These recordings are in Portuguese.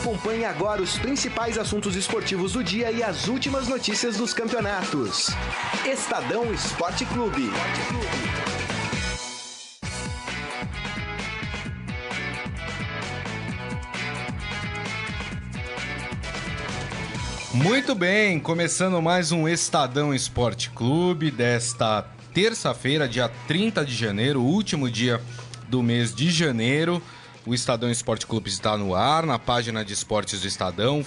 Acompanhe agora os principais assuntos esportivos do dia e as últimas notícias dos campeonatos. Estadão Esporte Clube. Muito bem, começando mais um Estadão Esporte Clube desta terça-feira, dia 30 de janeiro, último dia do mês de janeiro. O Estadão Esporte Clube está no ar, na página de esportes do Estadão,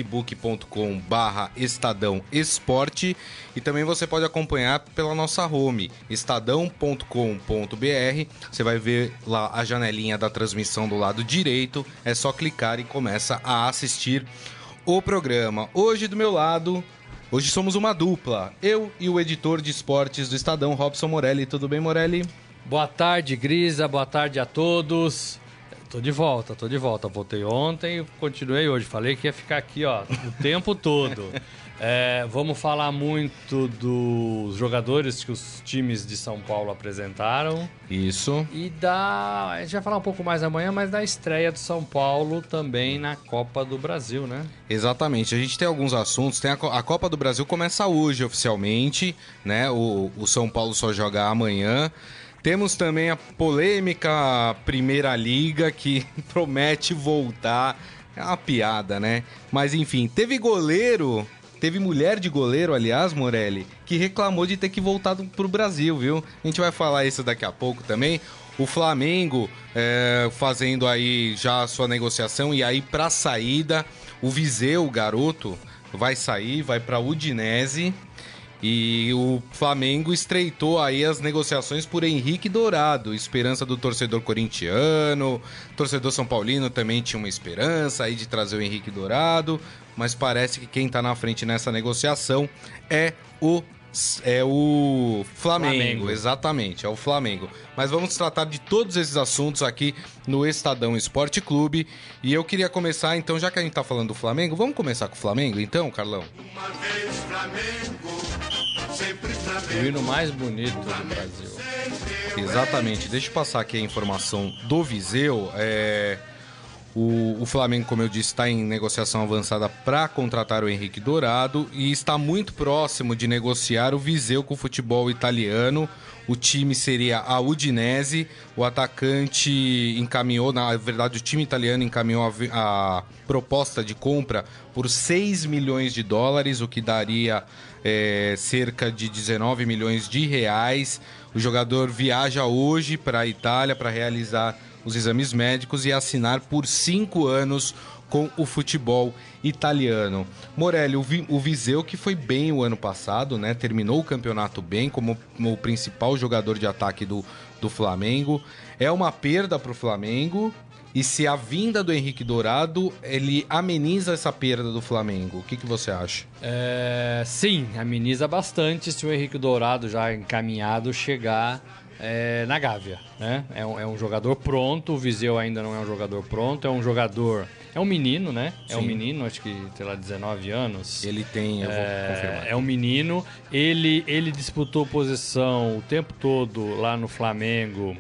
facebook.com/Estadão Esporte, e também você pode acompanhar pela nossa home, estadão.com.br. Você vai ver lá a janelinha da transmissão do lado direito, é só clicar e começa a assistir o programa. Hoje do meu lado, hoje somos uma dupla, eu e o editor de esportes do Estadão, Robson Morelli. Tudo bem, Morelli? Boa tarde, Grisa, boa tarde a todos. Tô de volta. Voltei ontem e continuei hoje. Falei que ia ficar aqui, ó, o tempo todo. Vamos falar muito dos jogadores que os times de São Paulo apresentaram. Isso. E a gente vai falar um pouco mais amanhã, mas da estreia do São Paulo também na Copa do Brasil, né? Exatamente. A gente tem alguns assuntos. A Copa do Brasil começa hoje oficialmente, né? O São Paulo só joga amanhã. Temos também a polêmica Primeira Liga, que promete voltar. É uma piada, né? Mas enfim, teve mulher de goleiro, aliás, Morelli, que reclamou de ter que voltar pro Brasil, viu? A gente vai falar isso daqui a pouco também. O Flamengo fazendo aí já a sua negociação, e aí pra saída, o Viseu, o garoto, vai sair, vai pra Udinese. E o Flamengo estreitou aí as negociações por Henrique Dourado, esperança do torcedor corintiano, torcedor são paulino também tinha uma esperança aí de trazer o Henrique Dourado, mas parece que quem tá na frente nessa negociação é o Flamengo. Exatamente, é o Flamengo. Mas vamos tratar de todos esses assuntos aqui no Estadão Esporte Clube. E eu queria começar, então, já que a gente tá falando do Flamengo, vamos começar com o Flamengo, então, Carlão? Uma vez Flamengo, sempre Flamengo. O hino mais bonito do Brasil. Exatamente. Deixa eu passar aqui a informação do Viseu. O Flamengo, como eu disse, está em negociação avançada para contratar o Henrique Dourado e está muito próximo de negociar o Viseu com o futebol italiano. O time seria a Udinese. O atacante encaminhou, na verdade o time italiano encaminhou a proposta de compra por 6 milhões de dólares, o que daria cerca de 19 milhões de reais. O jogador viaja hoje para a Itália para realizar os exames médicos e assinar por 5 anos com o futebol italiano. Morelli, o Viseu, que foi bem o ano passado, né? Terminou o campeonato bem como o principal jogador de ataque do Flamengo. É uma perda para o Flamengo. E se a vinda do Henrique Dourado, ele ameniza essa perda do Flamengo. O que você acha? Sim, ameniza bastante se o Henrique Dourado, já encaminhado, chegar na Gávea, né? É um jogador pronto. O Viseu ainda não é um jogador pronto. É um menino, né? Sim. É um menino, acho que tem lá 19 anos. Ele tem, eu vou confirmar. É um menino. Ele disputou posição o tempo todo lá no Flamengo,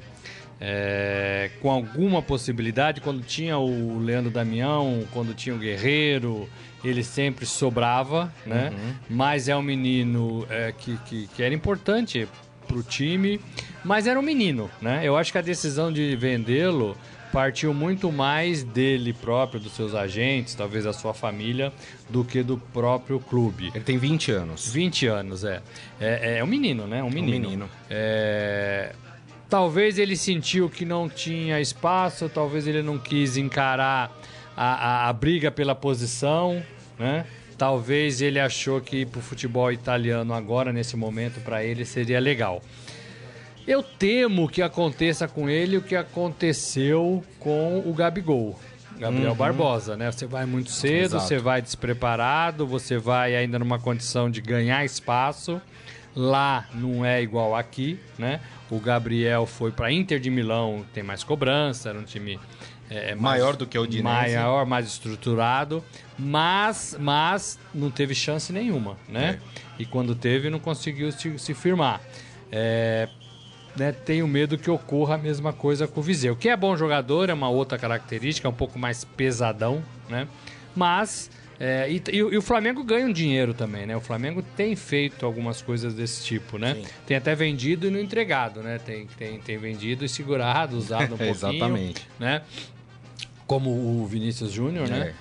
com alguma possibilidade. Quando tinha o Leandro Damião, quando tinha o Guerreiro, ele sempre sobrava, né? Uhum. Mas é um menino que era importante pro time, mas era um menino, né? Eu acho que a decisão de vendê-lo partiu muito mais dele próprio, dos seus agentes, talvez da sua família, do que do próprio clube. Ele tem 20 anos. 20 anos, é um menino, né? Um menino. É Talvez ele sentiu que não tinha espaço, talvez ele não quis encarar a briga pela posição, né? Talvez ele achou que ir pro futebol italiano agora, nesse momento, para ele seria legal. Eu temo que aconteça com ele o que aconteceu com o Gabigol, Gabriel Barbosa, né? Você vai muito cedo, Exato. Você vai despreparado, você vai ainda numa condição de ganhar espaço. Lá não é igual aqui, né? O Gabriel foi para Inter de Milão, tem mais cobrança, era um time maior do que o Udinese. Maior, mais estruturado, mas não teve chance nenhuma, né? E quando teve, não conseguiu se firmar. né, tenho medo que ocorra a mesma coisa com o Viseu. Que é bom jogador, é uma outra característica, é um pouco mais pesadão, né? Mas... e o Flamengo ganha um dinheiro também, né? O Flamengo tem feito algumas coisas desse tipo, né? Sim. Tem até vendido e não entregado, né? Tem vendido e segurado, usado um pouquinho. Exatamente. Né? Como o Vinícius Júnior, né?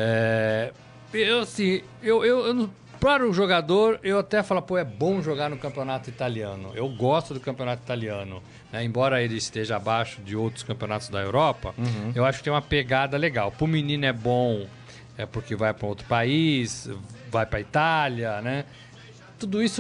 Para o jogador, eu até falo, pô, é bom jogar no campeonato italiano. Eu gosto do campeonato italiano. Né? Embora ele esteja abaixo de outros campeonatos da Europa, eu acho que tem uma pegada legal. Pro menino é bom, porque vai para outro país, vai para Itália, né? Tudo isso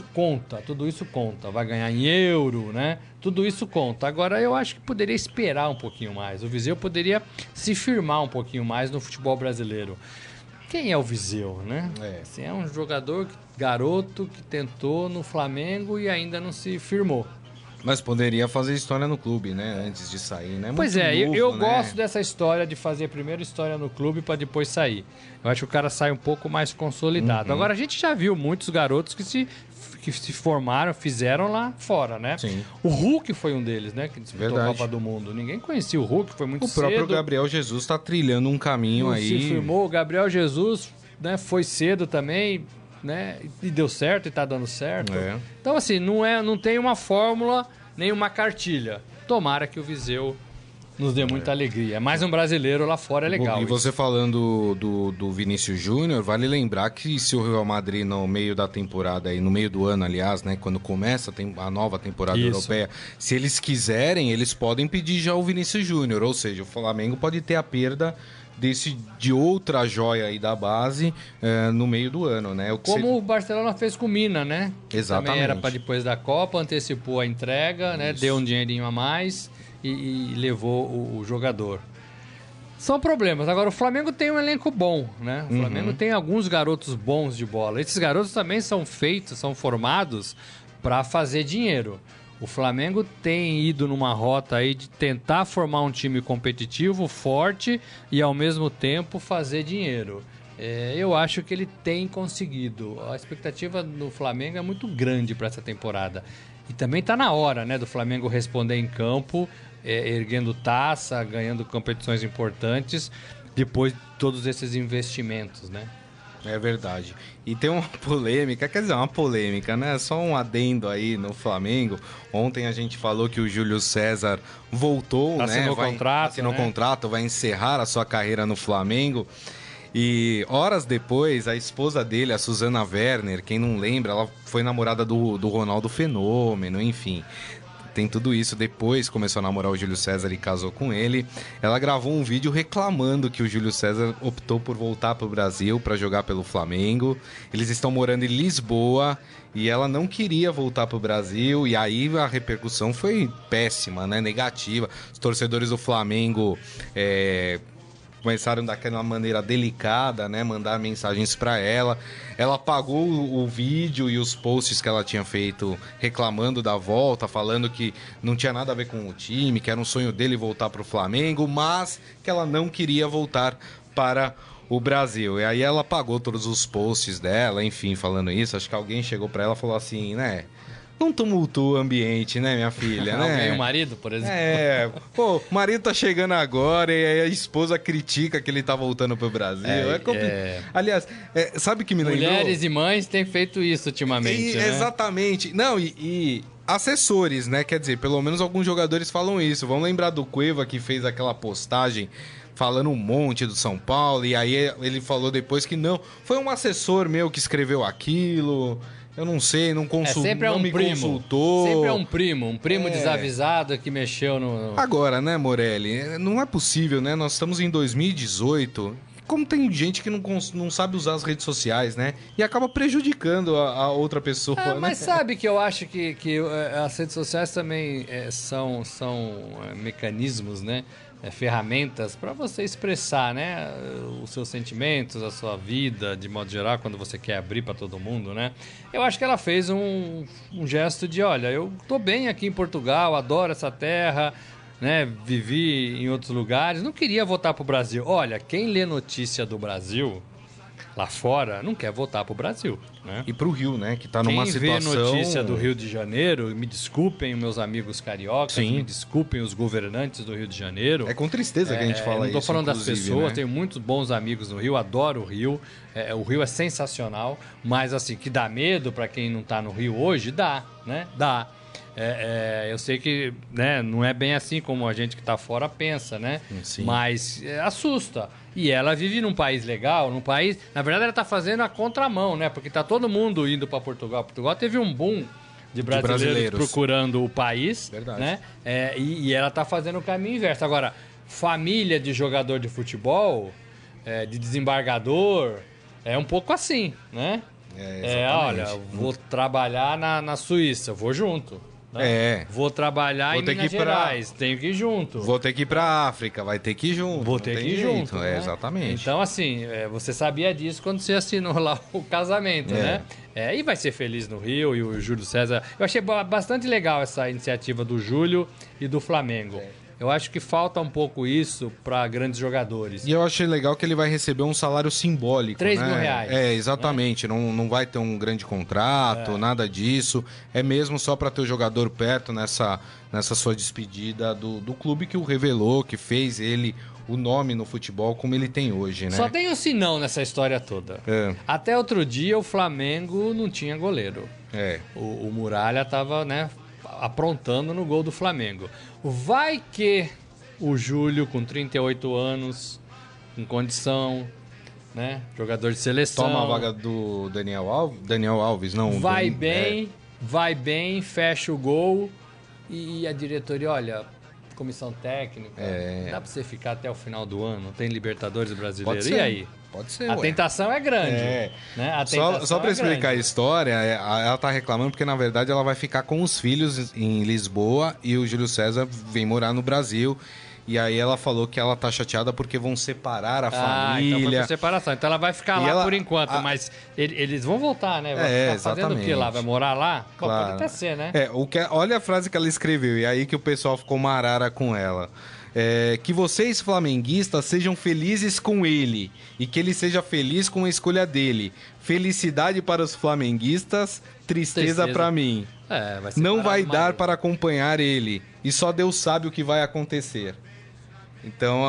conta. Vai ganhar em euro, né? Tudo isso conta. Agora, eu acho que poderia esperar um pouquinho mais. O Viseu poderia se firmar um pouquinho mais no futebol brasileiro. Quem é o Viseu, né? Assim, é um jogador, garoto, que tentou no Flamengo e ainda não se firmou. Mas poderia fazer história no clube, né? Antes de sair, né? Pois Muito novo, eu né? gosto dessa história de fazer primeiro história no clube para depois sair. Eu acho que o cara sai um pouco mais consolidado. Agora, a gente já viu muitos garotos que se formaram, fizeram lá fora, né? Sim. O Hulk foi um deles, né? Que disputou Verdade. a Copa do Mundo. Ninguém conhecia o Hulk, foi muito O cedo. próprio Gabriel Jesus está trilhando um caminho aí. Se firmou. O Gabriel Jesus, né, foi cedo também, né? E deu certo e tá dando certo. Então, assim, não tem uma fórmula, nem uma cartilha. Tomara que o Viseu nos dê muita alegria. Mais um brasileiro lá fora é legal. E você falando do Vinícius Júnior, vale lembrar que se o Real Madrid no meio da temporada, aí, no meio do ano, aliás, né, quando começa a nova temporada europeia, se eles quiserem, eles podem pedir já o Vinícius Júnior, ou seja, o Flamengo pode ter a perda de outra joia aí da base no meio do ano, né? O Barcelona fez com o Mina, né? Exatamente. Também era para depois da Copa, antecipou a entrega, né? Deu um dinheirinho a mais e levou o jogador. São problemas. Agora, o Flamengo tem um elenco bom, né? O Flamengo tem alguns garotos bons de bola. Esses garotos também são formados para fazer dinheiro. O Flamengo tem ido numa rota aí de tentar formar um time competitivo, forte e ao mesmo tempo fazer dinheiro. Eu acho que ele tem conseguido. A expectativa do Flamengo é muito grande para essa temporada. E também está na hora, né, do Flamengo responder em campo, erguendo taça, ganhando competições importantes, depois de todos esses investimentos, né? É verdade. E tem uma polêmica, né? Só um adendo aí no Flamengo. Ontem a gente falou que o Júlio César voltou, assinou o contrato, vai encerrar a sua carreira no Flamengo. E horas depois, a esposa dele, a Susana Werner, quem não lembra, ela foi namorada do Ronaldo Fenômeno, enfim. Tem tudo isso. Depois começou a namorar o Júlio César e casou com ele. Ela gravou um vídeo reclamando que o Júlio César optou por voltar para o Brasil para jogar pelo Flamengo. Eles estão morando em Lisboa e ela não queria voltar para o Brasil. E aí a repercussão foi péssima, né? Negativa. Os torcedores do Flamengo começaram daquela maneira delicada, né? Mandar mensagens para ela. Ela apagou o vídeo e os posts que ela tinha feito reclamando da volta, falando que não tinha nada a ver com o time, que era um sonho dele voltar para o Flamengo, mas que ela não queria voltar para o Brasil. E aí ela apagou todos os posts dela, enfim, falando isso. Acho que alguém chegou para ela e falou assim, né? Não tumultua o ambiente, né, minha filha, né? Alguém, o marido, por exemplo. O marido tá chegando agora e aí a esposa critica que ele tá voltando pro Brasil. Aliás, sabe o que me lembrou? Mulheres e mães têm feito isso ultimamente, né? Exatamente. Não, e assessores, né? Quer dizer, pelo menos alguns jogadores falam isso. Vamos lembrar do Cueva, que fez aquela postagem falando um monte do São Paulo, e aí ele falou depois que não, foi um assessor meu que escreveu aquilo. Eu não sei, não me consultou. Sempre é um primo desavisado que mexeu no... Agora, né, Morelli? Não é possível, né? Nós estamos em 2018. Como tem gente que não sabe usar as redes sociais, né? E acaba prejudicando a outra pessoa, né? Mas sabe que eu acho que as redes sociais também são mecanismos, né? Ferramentas para você expressar, né, os seus sentimentos, a sua vida, de modo geral, quando você quer abrir para todo mundo, né? Eu acho que ela fez um gesto de, olha, eu tô bem aqui em Portugal, adoro essa terra, né? Vivi em outros lugares, não queria voltar pro Brasil. Olha, quem lê notícia do Brasil lá fora não quer voltar pro Brasil, né? E pro Rio, né? Que tá numa Quem situação... vê notícia do Rio de Janeiro, me desculpem meus amigos cariocas, Sim. me desculpem os governantes do Rio de Janeiro. É com tristeza que a gente fala isso, Não tô falando das inclusive, pessoas, né? tenho muitos bons amigos no Rio, adoro o Rio. O Rio é sensacional, mas assim, que dá medo para quem não tá no Rio hoje, dá, né? Dá. Eu sei que, né, não é bem assim como a gente que tá fora pensa, né? Sim. Mas assusta. E ela vive num país legal, num país... Na verdade, ela tá fazendo a contramão, né? Porque tá todo mundo indo para Portugal. Portugal teve um boom de brasileiros procurando o país. Verdade. Né? E ela tá fazendo o caminho inverso. Agora, família de jogador de futebol, de desembargador, é um pouco assim, né? Olha, vou trabalhar na Suíça, vou junto. Né? Vou trabalhar em Minas Gerais, tenho que ir junto. Vou ter que ir pra África, vai ter que ir junto. Vou ter que ir junto. Né? Exatamente. Então, assim, você sabia disso quando você assinou lá o casamento, né? E vai ser feliz no Rio, e o Júlio César... Eu achei bastante legal essa iniciativa do Júlio e do Flamengo. Eu acho que falta um pouco isso para grandes jogadores. E eu achei legal que ele vai receber um salário simbólico, 3 né? mil reais. Exatamente. Não vai ter um grande contrato, nada disso. É mesmo só para ter o jogador perto nessa sua despedida do clube que o revelou, que fez ele o nome no futebol como ele tem hoje, né? Só tem um sinão nessa história toda. Até outro dia o Flamengo não tinha goleiro. O Muralha tava, né, aprontando no gol do Flamengo. Vai que o Júlio, com 38 anos, com condição, né, jogador de seleção... Toma a vaga do Daniel Alves, não... Vai bem, fecha o gol e a diretoria, olha... Comissão técnica, dá pra você ficar até o final do ano, tem Libertadores brasileiro, e aí? Pode ser, A tentação é grande. Né? A Só pra explicar grande. a história, ela tá reclamando porque, na verdade, ela vai ficar com os filhos em Lisboa e o Júlio César vem morar no Brasil. E aí ela falou que ela tá chateada porque vão separar a família. Então foi por separação. Então ela vai ficar lá por enquanto, mas eles vão voltar, né? Vai ficar fazendo o quê lá? Vai morar lá? Claro. Pode até ser, né? Olha a frase que ela escreveu, e aí que o pessoal ficou marara com ela. Que vocês, flamenguistas, sejam felizes com ele e que ele seja feliz com a escolha dele. Felicidade para os flamenguistas, tristeza para mim. Não vai dar para acompanhar ele e só Deus sabe o que vai acontecer. Então,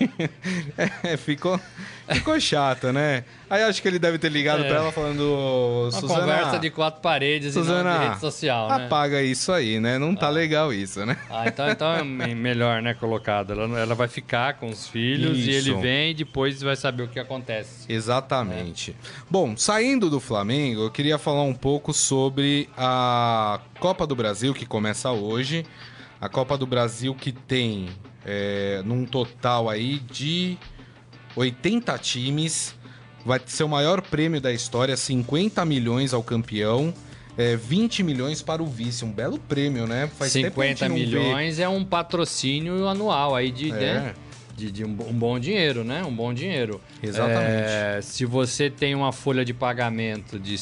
ficou chato, né? Aí acho que ele deve ter ligado pra ela falando... Uma conversa de 4 paredes Suzana, e não de rede social, né? Apaga isso aí, né? Não tá legal isso, né? Então é melhor, né, colocado. Ela vai ficar com os filhos e ele vem e depois vai saber o que acontece. Exatamente. Bom, saindo do Flamengo, eu queria falar um pouco sobre a Copa do Brasil, que começa hoje. A Copa do Brasil que tem... num total aí de 80 times, vai ser o maior prêmio da história, 50 milhões ao campeão, 20 milhões para o vice, um belo prêmio, né? Faz 50 milhões é um patrocínio anual aí de um bom dinheiro, né? Um bom dinheiro. Exatamente. Se você tem uma folha de pagamento de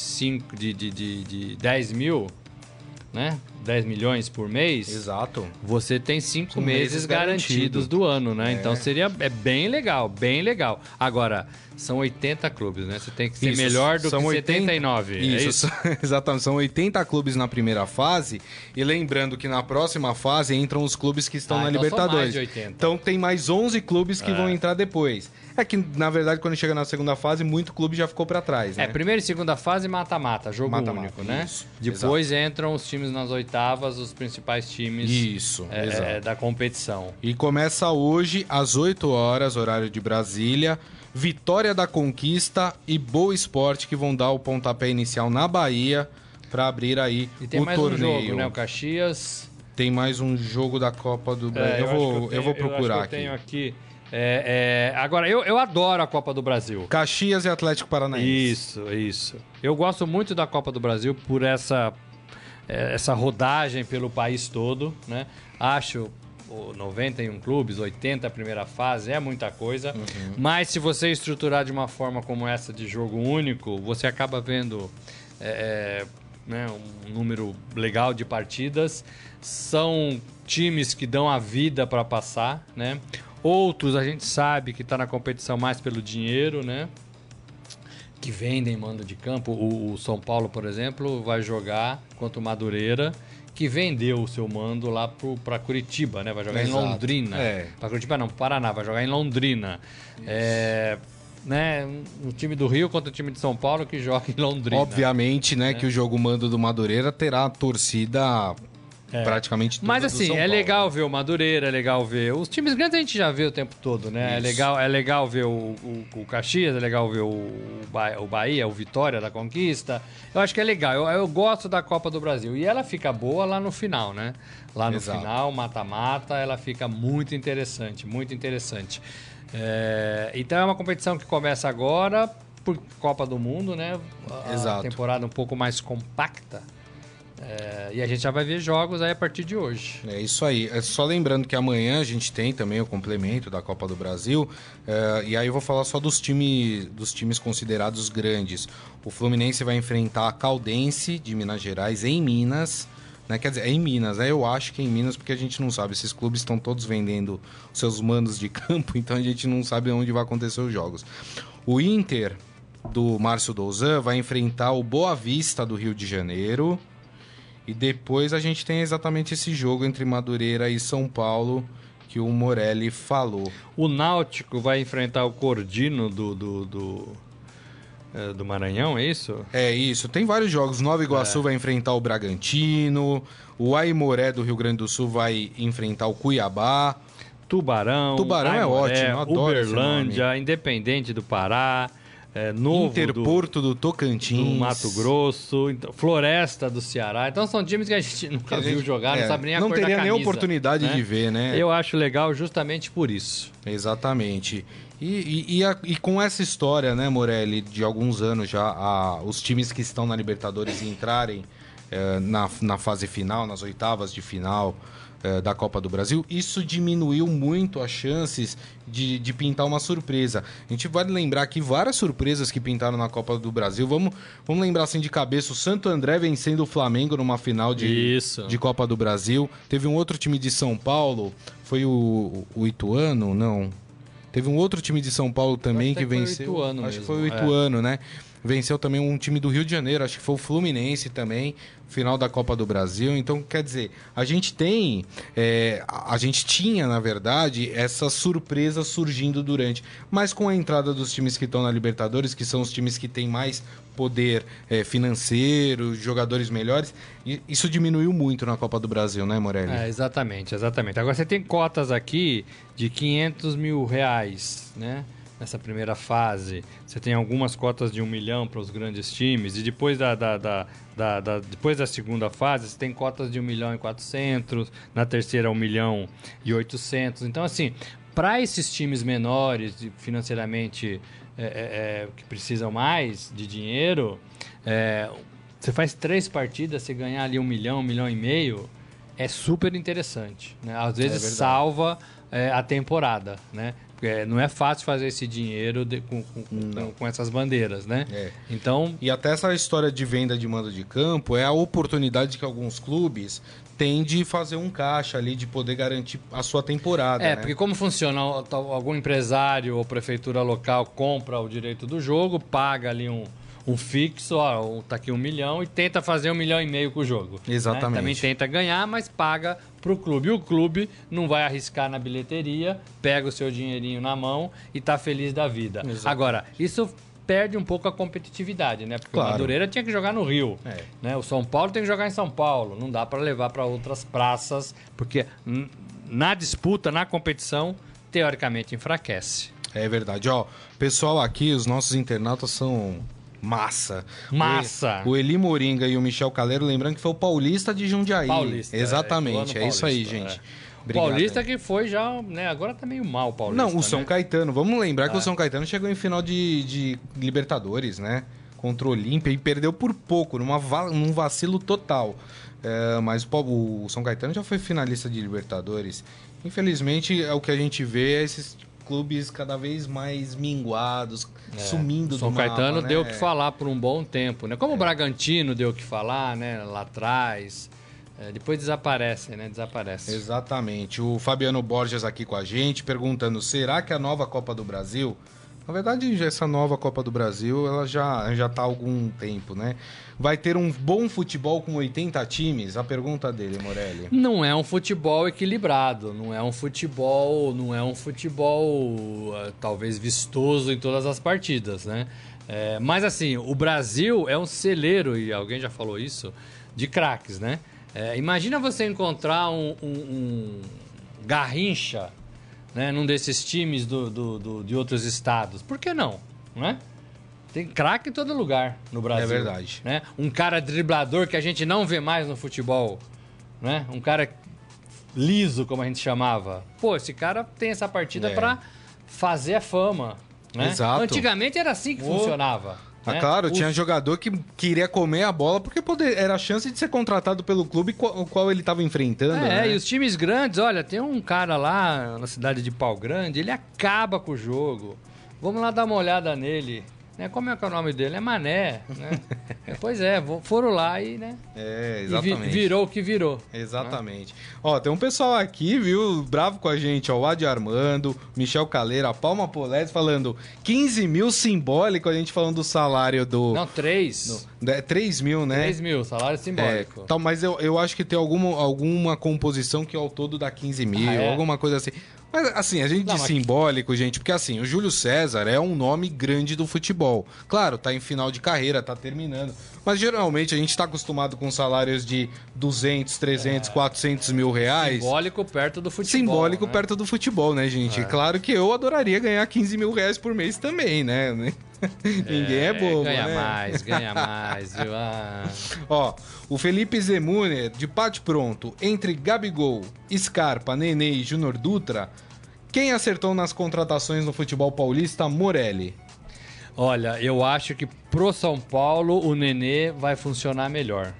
10 mil, né? 10 milhões por mês. Exato. Você tem 5 meses garantidos do ano, né? Então é bem legal, bem legal. Agora, são 80 clubes, né? Você tem que ser melhor do que 79. Isso. Exatamente. São 80 clubes na primeira fase. E lembrando que na próxima fase entram os clubes que estão na Libertadores. São mais de 80. Então tem mais 11 clubes que vão entrar depois. É que, na verdade, quando chega na segunda fase, muito clube já ficou pra trás, né? Primeira e segunda fase, mata-mata, jogo único, né? Isso, depois entram os times nas oitavas, os principais times da competição. E começa hoje, às 8 horas, horário de Brasília, Vitória da Conquista e Boa Esporte, que vão dar o pontapé inicial na Bahia para abrir aí o torneio. E tem mais um jogo, né? O Caxias... Tem mais um jogo da Copa do Brasil. Eu vou procurar aqui. Eu tenho aqui... Agora, eu adoro a Copa do Brasil. Caxias e Atlético Paranaense. Isso. Eu gosto muito da Copa do Brasil por essa rodagem pelo país todo, né? Acho 91 clubes, 80 a primeira fase, é muita coisa. Mas se você estruturar de uma forma como essa de jogo único, você acaba vendo né, um número legal de partidas. São times que dão a vida para passar, né? Outros a gente sabe que está na competição mais pelo dinheiro, né? que vendem mando de campo. O São Paulo, por exemplo, vai jogar contra o Madureira, que vendeu o seu mando lá para Curitiba, né? Vai jogar Exato. em Londrina. Para Curitiba não, para Paraná, vai jogar em Londrina. Né? O time do Rio contra o time de São Paulo que joga em Londrina. Obviamente, né, que o jogo mando do Madureira terá a torcida praticamente toda. Mas do assim, São é Paulo. legal ver o Madureira, é legal ver. Os times grandes a gente já vê o tempo todo, né? É legal ver o Caxias, é legal ver o Bahia, o Vitória da Conquista. Eu acho que é legal. Eu gosto da Copa do Brasil. E ela fica boa lá no final, né? Lá no final, mata-mata, ela fica muito interessante, muito interessante. Então é uma competição que começa agora por Copa do Mundo, né? A temporada um pouco mais compacta. E a gente já vai ver jogos aí a partir de hoje. É isso aí. Só lembrando que amanhã a gente tem também o complemento da Copa do Brasil. E aí eu vou falar só dos times considerados grandes. O Fluminense vai enfrentar a Caldense de Minas Gerais em Minas. Né? Quer dizer, é em Minas, né? Eu acho que é em Minas porque a gente não sabe. Esses clubes estão todos vendendo seus mandos de campo, então a gente não sabe onde vai acontecer os jogos. O Inter, do Márcio Douzan, vai enfrentar o Boa Vista do Rio de Janeiro. E depois a gente tem exatamente esse jogo entre Madureira e São Paulo que o Morelli falou. O Náutico vai enfrentar o Cordino do Maranhão, é isso? É isso. Tem vários jogos. Nova Iguaçu vai enfrentar o Bragantino. O Aimoré do Rio Grande do Sul vai enfrentar o Cuiabá. Tubarão Aimoré, é ótimo. Eu adoro Uberlândia, Independente do Pará. Novo Interporto do Tocantins, do Mato Grosso, Floresta do Ceará. Então são times que a gente nunca viu jogar, não sabe nem a cor da camisa. Não teria nem oportunidade de ver, né? Eu acho legal justamente por isso. Exatamente. E com essa história, né, Morelli, de alguns anos já, os times que estão na Libertadores entrarem na fase final, nas oitavas de final da Copa do Brasil, isso diminuiu muito as chances de pintar uma surpresa. A gente vai lembrar aqui várias surpresas que pintaram na Copa do Brasil. Vamos lembrar assim de cabeça, o Santo André vencendo o Flamengo numa final de Copa do Brasil. Teve um outro time de São Paulo, foi o Ituano? Não. Teve um outro time de São Paulo também que venceu. Acho que foi o Ituano, né? Venceu também um time do Rio de Janeiro, acho que foi o Fluminense também, final da Copa do Brasil. Então, quer dizer, a gente tinha, na verdade, essa surpresa surgindo durante. Mas com a entrada dos times que estão na Libertadores, que são os times que têm mais poder financeiro, jogadores melhores, isso diminuiu muito na Copa do Brasil, né, Morelli? Exatamente. Agora você tem cotas aqui de R$500 mil, né? Nessa primeira fase, você tem algumas cotas de 1 milhão para os grandes times, e depois depois da segunda fase, você tem cotas de 1.400.000, na terceira 1.800.000. Então, assim, para esses times menores, financeiramente, que precisam mais de dinheiro, você faz 3 partidas, você ganhar ali 1 milhão, 1,5 milhão, é super interessante, né? Às vezes salva a temporada, né? Porque não é fácil fazer esse dinheiro com essas bandeiras, né? Então... E até essa história de venda de mando de campo é a oportunidade que alguns clubes têm de fazer um caixa ali, de poder garantir a sua temporada, né? Porque como funciona? Algum empresário ou prefeitura local compra o direito do jogo, paga ali um fixo, tá aqui 1 milhão, e tenta fazer 1,5 milhão com o jogo. Exatamente. Né? Também tenta ganhar, mas paga pro clube. E o clube não vai arriscar na bilheteria, pega o seu dinheirinho na mão e tá feliz da vida. Exatamente. Agora, isso perde um pouco a competitividade, né? Porque o Madureira tinha que jogar no Rio, né? O São Paulo tem que jogar em São Paulo. Não dá para levar para outras praças, porque na disputa, na competição, teoricamente enfraquece. É verdade. Pessoal aqui, os nossos internautas são... Massa. O Eli Moringa e o Michel Caleiro, lembrando que foi o Paulista de Jundiaí. Paulista. Exatamente, isso aí, gente. Obrigado, Paulista que foi já, né? Agora tá meio mal o Paulista. Não, o São Caetano. Vamos lembrar que o São Caetano chegou em final de Libertadores, né? Contra o Olímpia e perdeu por pouco, num vacilo total. Mas o São Caetano já foi finalista de Libertadores. Infelizmente, o que a gente vê é esses clubes cada vez mais minguados, sumindo do mapa. São Caetano deu o que falar por um bom tempo, né? Como o Bragantino deu o que falar, né? Lá atrás. Depois desaparece, né? Desaparece. Exatamente. O Fabiano Borges aqui com a gente, perguntando, será que a nova Copa do Brasil Na verdade, essa nova Copa do Brasil, ela já tá há algum tempo, né? Vai ter um bom futebol com 80 times? A pergunta dele, Morelli. Não é um futebol equilibrado, não é um futebol talvez vistoso em todas as partidas, né? Mas assim, o Brasil é um celeiro, e alguém já falou isso, de craques, né? Imagina você encontrar um Garrincha, né, num desses times de outros estados. Por que não? Né? Tem craque em todo lugar no Brasil. É verdade. Né? Um cara driblador que a gente não vê mais no futebol. Né? Um cara liso, como a gente chamava. Pô, esse cara tem essa partida pra fazer a fama. Né? Exato. Antigamente era assim que funcionava. Né? Claro, tinha jogador que queria comer a bola porque era a chance de ser contratado pelo clube o qual ele estava enfrentando. Né? E os times grandes, olha, tem um cara lá na cidade de Pau Grande, ele acaba com o jogo. Vamos lá dar uma olhada nele. Né? Como é que é o nome dele? É Mané. Né? Pois é, foram lá e, né? Exatamente. E virou o que virou. Exatamente. Né? Ó, tem um pessoal aqui, viu, bravo com a gente, ó, o Adi Armando, Michel Caleira, a Palma Polés falando 15 mil simbólico, a gente falando do salário do... Não, 3. 3 mil, né? 3 mil, salário simbólico. Mas eu acho que tem alguma composição que ao todo dá 15 mil, alguma coisa assim. Mas, assim, a gente diz simbólico, gente, porque, assim, o Júlio César é um nome grande do futebol. Claro, tá em final de carreira, tá terminando. Mas, geralmente, a gente tá acostumado com salários de 200, 300, 400 mil reais. Simbólico perto do futebol. Simbólico, né? Perto do futebol, né, gente? Claro que eu adoraria ganhar 15 mil reais por mês também, né? Ninguém é bobo, ganha né? Ganha mais, viu? Ó, o Felipe Zemuner, de bate pronto, entre Gabigol, Scarpa, Nenê e Júnior Dutra, quem acertou nas contratações no futebol paulista? Morelli. Olha, eu acho que pro São Paulo o Nenê vai funcionar melhor.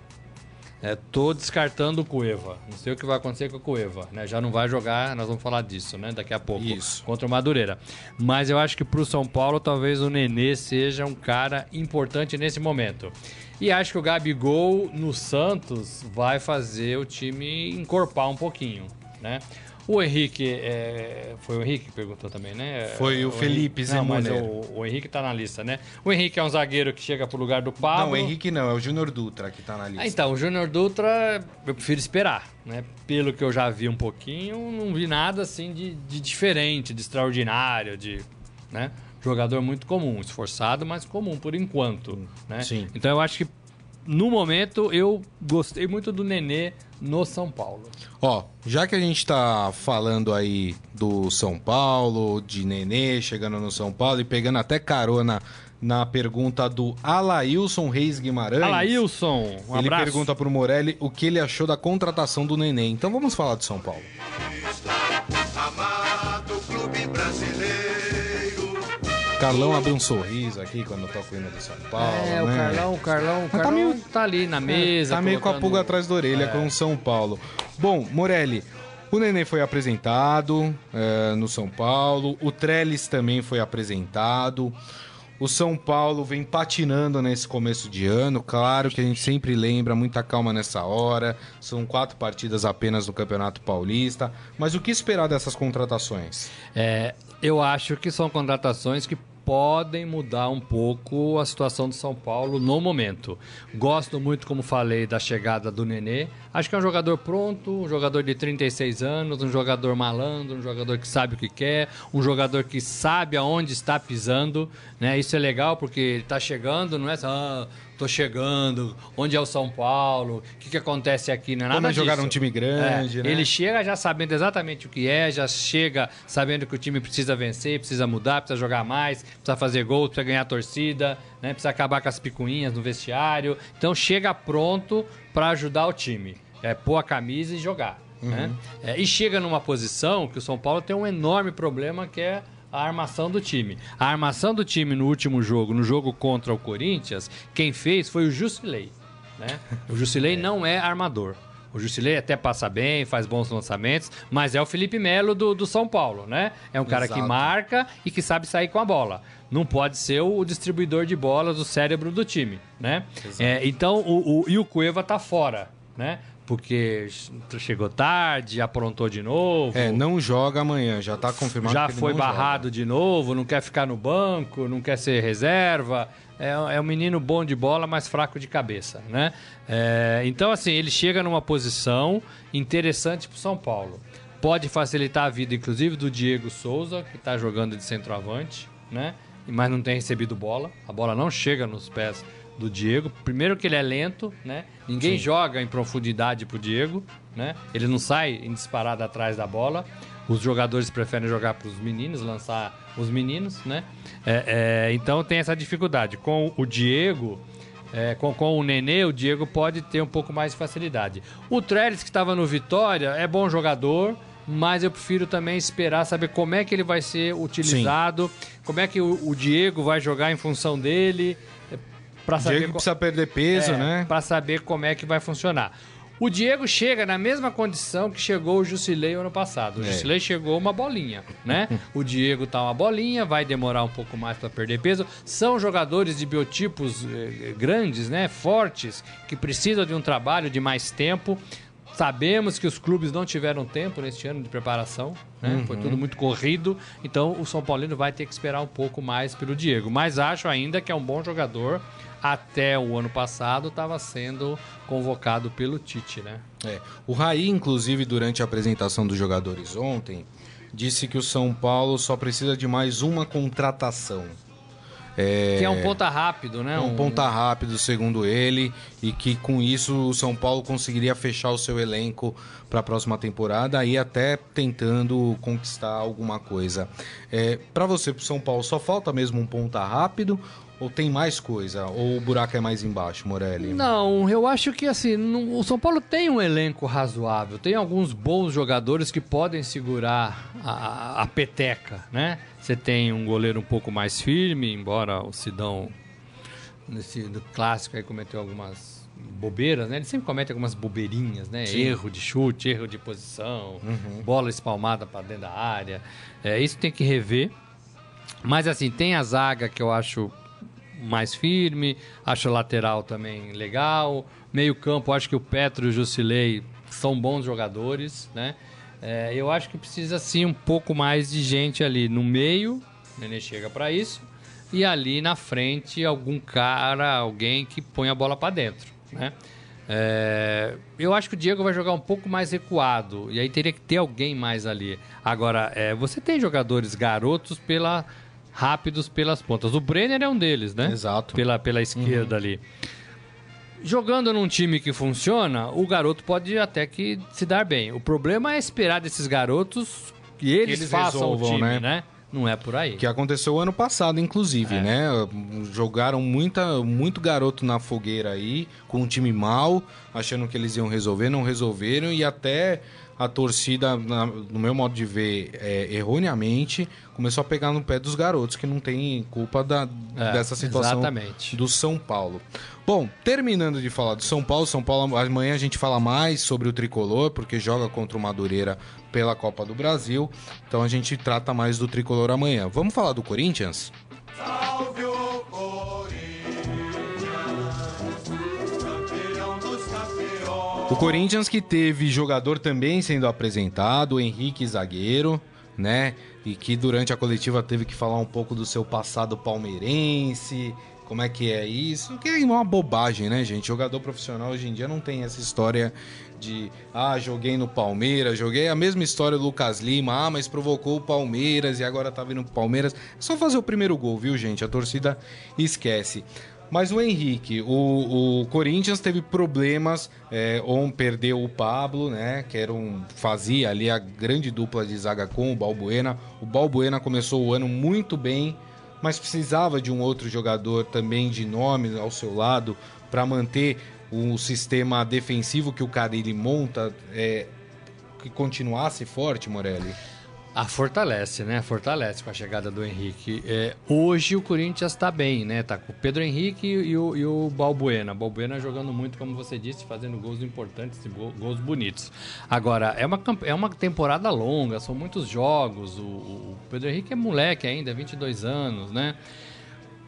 Tô descartando o Cueva. Não sei o que vai acontecer com o Cueva, né? Já não vai jogar, nós vamos falar disso, né? Daqui a pouco. Isso. Contra o Madureira. Mas eu acho que pro São Paulo talvez o Nenê seja um cara importante nesse momento. E acho que o Gabigol no Santos vai fazer o time encorpar um pouquinho, né? O Henrique, foi o Henrique que perguntou também, né? Foi o Felipe Zemuner. Não, mas o Henrique tá na lista, né? O Henrique é um zagueiro que chega pro lugar do Pablo. Não, o Henrique não, é o Júnior Dutra que tá na lista. Então, o Júnior Dutra, eu prefiro esperar, né? Pelo que eu já vi um pouquinho, não vi nada assim de diferente, de extraordinário, né? Jogador muito comum, esforçado, mas comum por enquanto, né? Sim. Então eu acho que no momento eu gostei muito do Nenê no São Paulo. Ó, já que a gente tá falando aí do São Paulo, de Nenê chegando no São Paulo e pegando até carona na pergunta do Alailson Reis Guimarães. Alailson, um abraço. Ele pergunta pro Morelli o que ele achou da contratação do Nenê. Então vamos falar do São Paulo. Amado clube brasileiro. Carlão abre um sorriso aqui quando toca o hino do São Paulo. O Carlão tá ali na mesa. Tá meio com a pulga atrás da orelha com o São Paulo. Bom, Morelli, o Nenê foi apresentado no São Paulo. O Trellis também foi apresentado. O São Paulo vem patinando nesse começo de ano. Claro que a gente sempre lembra, muita calma nessa hora. São 4 partidas apenas no Campeonato Paulista. Mas o que esperar dessas contratações? Eu acho que são contratações que podem mudar um pouco a situação do São Paulo no momento. Gosto muito, como falei, da chegada do Nenê. Acho que é um jogador pronto, um jogador de 36 anos, um jogador malandro, um jogador que sabe o que quer, um jogador que sabe aonde está pisando, né? Isso é legal porque ele está chegando, não é só... tô chegando, onde é o São Paulo, o que acontece aqui, não é nada disso. Como é jogar num time grande, né? Ele chega já sabendo exatamente o que já chega sabendo que o time precisa vencer, precisa mudar, precisa jogar mais, precisa fazer gol, precisa ganhar torcida, né? Precisa acabar com as picuinhas no vestiário. Então chega pronto para ajudar o time, pôr a camisa e jogar. Né? E chega numa posição que o São Paulo tem um enorme problema, que é a armação do time. A armação do time no último jogo, no jogo contra o Corinthians, quem fez foi o Jusilei. Né? O Jusilei não é armador. O Jusilei até passa bem, faz bons lançamentos, mas é o Felipe Melo do São Paulo, né? É um cara que marca e que sabe sair com a bola. Não pode ser o distribuidor de bolas, o cérebro do time, né? Então, o Cueva tá fora, né? porque chegou tarde, aprontou de novo. Não joga amanhã, já está confirmado Já que ele foi não barrado joga. de novo, não quer ficar no banco, não quer ser reserva. É um menino bom de bola, mas fraco de cabeça, né? Então, assim, ele chega numa posição interessante para o São Paulo. Pode facilitar a vida, inclusive, do Diego Souza, que está jogando de centroavante, né? Mas não tem recebido bola. A bola não chega nos pés do Diego. Primeiro que ele é lento, né? Ninguém joga em profundidade pro Diego, né? Ele não sai em disparada atrás da bola. Os jogadores preferem jogar para os meninos, lançar os meninos, né? Então tem essa dificuldade. Com o Diego, com o Nenê, o Diego pode ter um pouco mais de facilidade. O Trellis, que estava no Vitória, é bom jogador, mas eu prefiro também esperar saber como é que ele vai ser utilizado, como é que o Diego vai jogar em função dele. O Diego precisa perder peso, né? Para saber como é que vai funcionar. O Diego chega na mesma condição que chegou o Jusilei ano passado. O Jusilei chegou uma bolinha, né? O Diego tá uma bolinha, vai demorar um pouco mais para perder peso. São jogadores de biotipos grandes, né? Fortes, que precisam de um trabalho de mais tempo. Sabemos que os clubes não tiveram tempo neste ano de preparação, né? Foi tudo muito corrido, então o São Paulino vai ter que esperar um pouco mais pelo Diego. Mas acho ainda que é um bom jogador. Até o ano passado estava sendo convocado pelo Tite, né? O Raí, inclusive, durante a apresentação dos jogadores ontem, disse que o São Paulo só precisa de mais uma contratação. Que é um ponta rápido, né? Um ponta rápido, segundo ele, e que com isso o São Paulo conseguiria fechar o seu elenco para a próxima temporada, aí até tentando conquistar alguma coisa. Para você, para o São Paulo, só falta mesmo um ponta rápido ou tem mais coisa? Ou o buraco é mais embaixo, Morelli? Não, eu acho que assim, o São Paulo tem um elenco razoável, tem alguns bons jogadores que podem segurar a peteca, né? Você tem um goleiro um pouco mais firme, embora o Sidão, no clássico, aí cometeu algumas bobeiras, né? Ele sempre comete algumas bobeirinhas, né? Sim. Erro de chute, erro de posição, bola espalmada para dentro da área. Isso tem que rever. Mas assim, tem a zaga que eu acho mais firme, acho a lateral também legal. Meio campo, acho que o Petro e o Jusilei são bons jogadores, né? Eu acho que precisa sim um pouco mais de gente ali no meio, o Nenê chega para isso, e ali na frente alguém que põe a bola para dentro, né? Eu acho que o Diego vai jogar um pouco mais recuado, e aí teria que ter alguém mais ali. Agora, você tem jogadores garotos rápidos pelas pontas. O Brenner é um deles, né? Exato. Pela esquerda ali. Jogando num time que funciona, o garoto pode até que se dar bem. O problema é esperar desses garotos que eles façam resolvam, o time, né? Não é por aí. Que aconteceu ano passado, inclusive, né? Jogaram muito garoto na fogueira aí, com um time mal, achando que eles iam resolver, não resolveram, e até a torcida, no meu modo de ver, erroneamente, começou a pegar no pé dos garotos, que não tem culpa dessa situação do São Paulo. Bom, terminando de falar do São Paulo, amanhã a gente fala mais sobre o Tricolor, porque joga contra o Madureira pela Copa do Brasil, então a gente trata mais do Tricolor amanhã. Vamos falar do Corinthians? Salve o Corinthians, campeão dos campeões. O Corinthians que teve jogador também sendo apresentado, o Henrique zagueiro, né? E que durante a coletiva teve que falar um pouco do seu passado palmeirense, como é que é isso, que é uma bobagem, né, gente? Jogador profissional hoje em dia não tem essa história de joguei no Palmeiras, joguei a mesma história do Lucas Lima, mas provocou o Palmeiras e agora tá vindo pro Palmeiras. É só fazer o primeiro gol, viu, gente? A torcida esquece. Mas o Henrique, o Corinthians teve problemas, perdeu o Pablo, né, que fazia ali a grande dupla de zaga com o Balbuena. O Balbuena começou o ano muito bem, mas precisava de um outro jogador também de nome ao seu lado para manter o sistema defensivo que o Carille monta, que continuasse forte, Morelli. Fortalece, né? Fortalece com a chegada do Henrique. Hoje o Corinthians está bem, né? Tá com o Pedro Henrique e o Balbuena. O Balbuena jogando muito, como você disse, fazendo gols importantes e gols bonitos. Agora, é uma temporada longa, são muitos jogos. O Pedro Henrique é moleque ainda, 22 anos, né?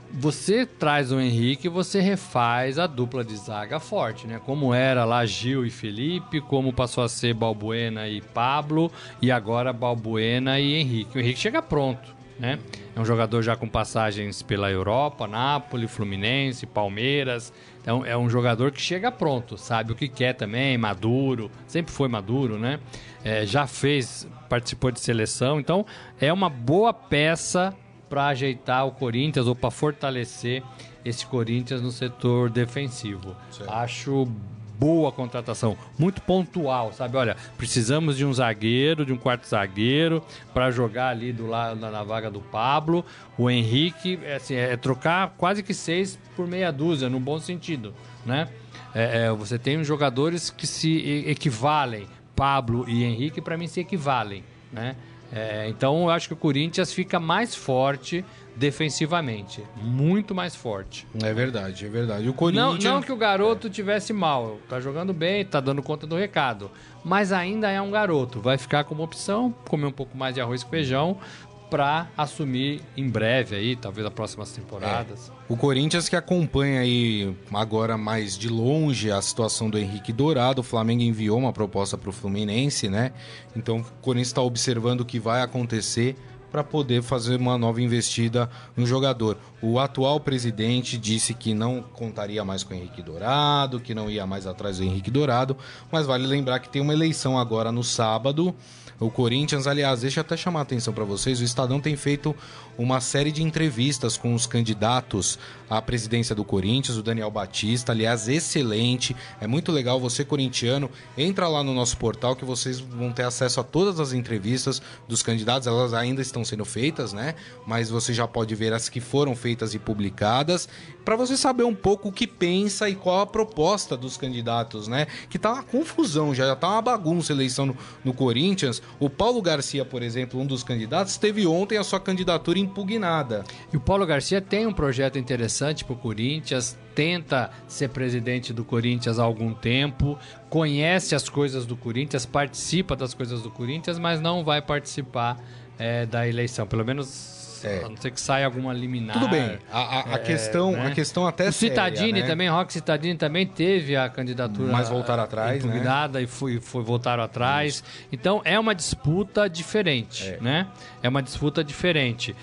você traz o Henrique, você refaz a dupla de zaga forte, né? Como era lá Gil e Felipe, como passou a ser Balbuena e Pablo, e agora Balbuena e Henrique. O Henrique chega pronto, né? É um jogador já com passagens pela Europa, Nápoles, Fluminense, Palmeiras. Então é um jogador que chega pronto, sabe o que quer também, maduro, sempre foi maduro, né? Já participou de seleção, então é uma boa peça para ajeitar o Corinthians ou para fortalecer esse Corinthians no setor defensivo. Certo. Acho boa contratação, muito pontual, sabe? Olha, precisamos de um zagueiro, de um quarto zagueiro para jogar ali do lado na vaga do Pablo. O Henrique é trocar quase que 6 por meia dúzia, no bom sentido, né? Você tem uns jogadores que se equivalem, Pablo e Henrique, para mim se equivalem, né? Então eu acho que o Corinthians fica mais forte defensivamente, muito mais forte. É verdade, é verdade. O Corinthians... Não que o garoto tivesse mal, tá jogando bem, tá dando conta do recado, mas ainda é um garoto, vai ficar como opção, comer um pouco mais de arroz com feijão para assumir em breve aí, talvez nas próximas temporadas. O Corinthians que acompanha aí agora mais de longe a situação do Henrique Dourado. O Flamengo enviou uma proposta para o Fluminense, né? Então o Corinthians está observando o que vai acontecer para poder fazer uma nova investida no jogador. O atual presidente disse que não contaria mais com o Henrique Dourado, que não ia mais atrás do Henrique Dourado, mas vale lembrar que tem uma eleição agora no sábado. O Corinthians, aliás, deixa eu até chamar a atenção para vocês, o Estadão tem feito uma série de entrevistas com os candidatos à presidência do Corinthians, o Daniel Batista, aliás, excelente, é muito legal, você corintiano, entra lá no nosso portal que vocês vão ter acesso a todas as entrevistas dos candidatos, elas ainda estão sendo feitas, né? Mas você já pode ver as que foram feitas e publicadas, para você saber um pouco o que pensa e qual a proposta dos candidatos, né? Que tá uma confusão, já tá uma bagunça a eleição no Corinthians. O Paulo Garcia, por exemplo, um dos candidatos, teve ontem a sua candidatura impugnada. E o Paulo Garcia tem um projeto interessante para o Corinthians, tenta ser presidente do Corinthians há algum tempo, conhece as coisas do Corinthians, participa das coisas do Corinthians, mas não vai participar da eleição, pelo menos... A não ser que saia alguma liminar. Tudo bem. A questão até o Cittadini séria, né? também, Roque Cittadini também teve a candidatura mas voltaram atrás, impugnada, né? E voltaram atrás. Isso. Então é uma disputa diferente, né? É uma disputa diferente.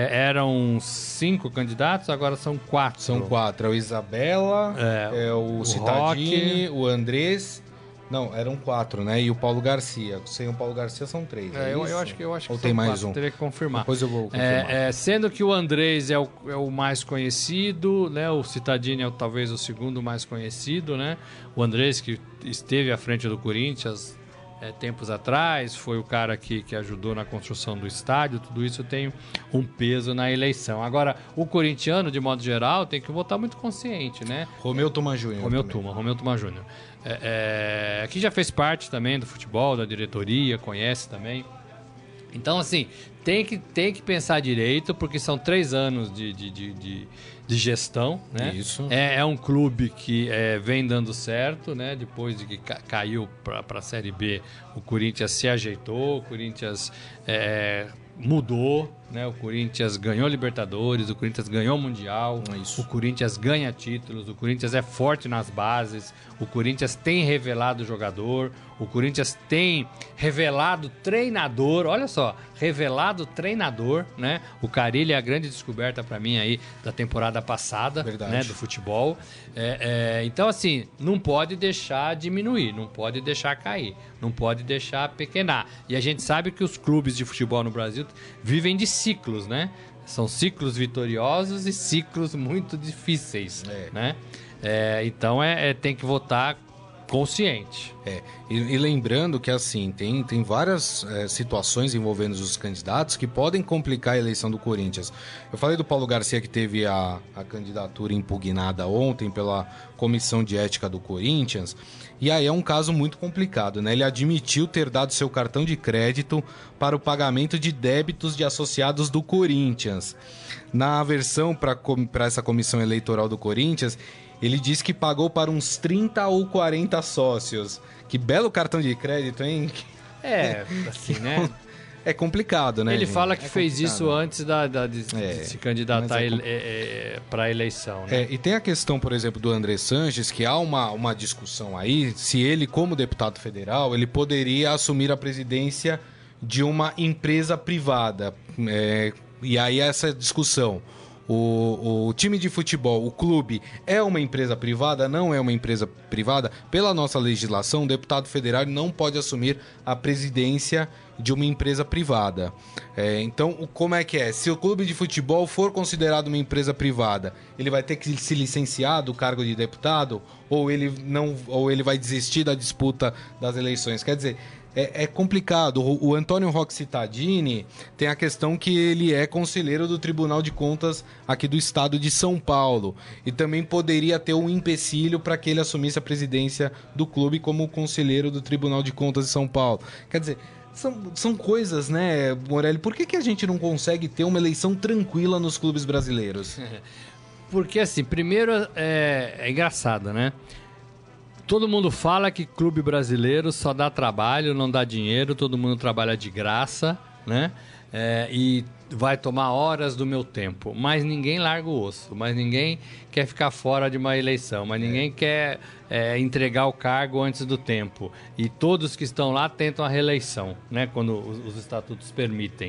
Eram 5 candidatos, agora são 4. São 4. É o Isabela, o Cittadini, o Andrés. Não, eram 4, né? E o Paulo Garcia. Sem o Paulo Garcia são 3. Eu acho que ou tem mais 4, um? Teria que confirmar. Depois eu vou confirmar. Sendo que o Andrés é o mais conhecido, né? O Cittadini é talvez o segundo mais conhecido, né? O Andrés, que esteve à frente do Corinthians tempos atrás, foi o cara que ajudou na construção do estádio, tudo isso tem um peso na eleição. Agora, o corintiano, de modo geral, tem que votar muito consciente, né? Romeu Tuma Júnior. Romeu Tuma Júnior. Que já fez parte também do futebol, da diretoria, conhece também. Então, assim, tem que pensar direito, porque são 3 anos de gestão, né? Isso. É um clube que vem dando certo, né? Depois de que caiu para a Série B, o Corinthians se ajeitou, o Corinthians mudou, né? O Corinthians ganhou Libertadores, o Corinthians ganhou Mundial, o Corinthians ganha títulos, o Corinthians é forte nas bases, o Corinthians tem revelado jogador, o Corinthians tem revelado treinador, olha só, revelado treinador, né? O Carille é a grande descoberta para mim aí da temporada passada, né? Do futebol. Então, assim, não pode deixar diminuir, não pode deixar cair, não pode deixar pequenar. E a gente sabe que os clubes de futebol no Brasil vivem de ciclos, né? São ciclos vitoriosos e ciclos muito difíceis, né? Então tem que votar consciente. E lembrando que assim, tem várias situações envolvendo os candidatos que podem complicar a eleição do Corinthians. Eu falei do Paulo Garcia, que teve a candidatura impugnada ontem pela Comissão de Ética do Corinthians, e aí é um caso muito complicado, né? Ele admitiu ter dado seu cartão de crédito para o pagamento de débitos de associados do Corinthians. Na versão para essa comissão eleitoral do Corinthians, ele disse que pagou para uns 30 ou 40 sócios. Que belo cartão de crédito, hein? Assim, né? É complicado, né? Ele gente? fala que É fez complicado. isso antes de se candidatar mas para a eleição. Né? E tem a questão, por exemplo, do André Sanches, que há uma discussão aí, se ele, como deputado federal, ele poderia assumir a presidência de uma empresa privada. E aí essa discussão. O time de futebol, o clube, é uma empresa privada? Não é uma empresa privada? Pela nossa legislação, o deputado federal não pode assumir a presidência de uma empresa privada. Então, como é que é? Se o clube de futebol for considerado uma empresa privada, ele vai ter que se licenciar do cargo de deputado? Ou ele vai desistir da disputa das eleições? Quer dizer, é complicado. O Antônio Roque Cittadini tem a questão que ele é conselheiro do Tribunal de Contas aqui do estado de São Paulo. E também poderia ter um empecilho para que ele assumisse a presidência do clube como conselheiro do Tribunal de Contas de São Paulo. Quer dizer, são coisas, né, Morelli? Por que a gente não consegue ter uma eleição tranquila nos clubes brasileiros? Porque, assim, primeiro é engraçado, né? Todo mundo fala que clube brasileiro só dá trabalho, não dá dinheiro, todo mundo trabalha de graça, né? E vai tomar horas do meu tempo. Mas ninguém larga o osso, mas ninguém quer ficar fora de uma eleição, mas ninguém quer entregar o cargo antes do tempo. E todos que estão lá tentam a reeleição, né? Quando os estatutos permitem.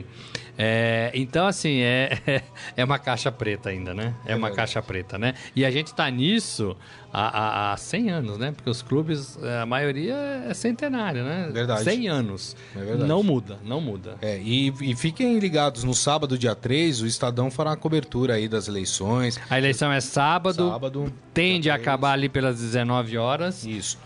Então, assim, é uma caixa preta ainda, né? É uma caixa preta, né? E a gente está nisso há 100 anos, né? Porque os clubes, a maioria é centenário, né? Verdade. 100 anos. É verdade. Não muda, não muda. E fiquem ligados, no sábado, dia 3, o Estadão fará a cobertura aí das eleições. A eleição é sábado tende a acabar ali pelas 19 horas. Isso.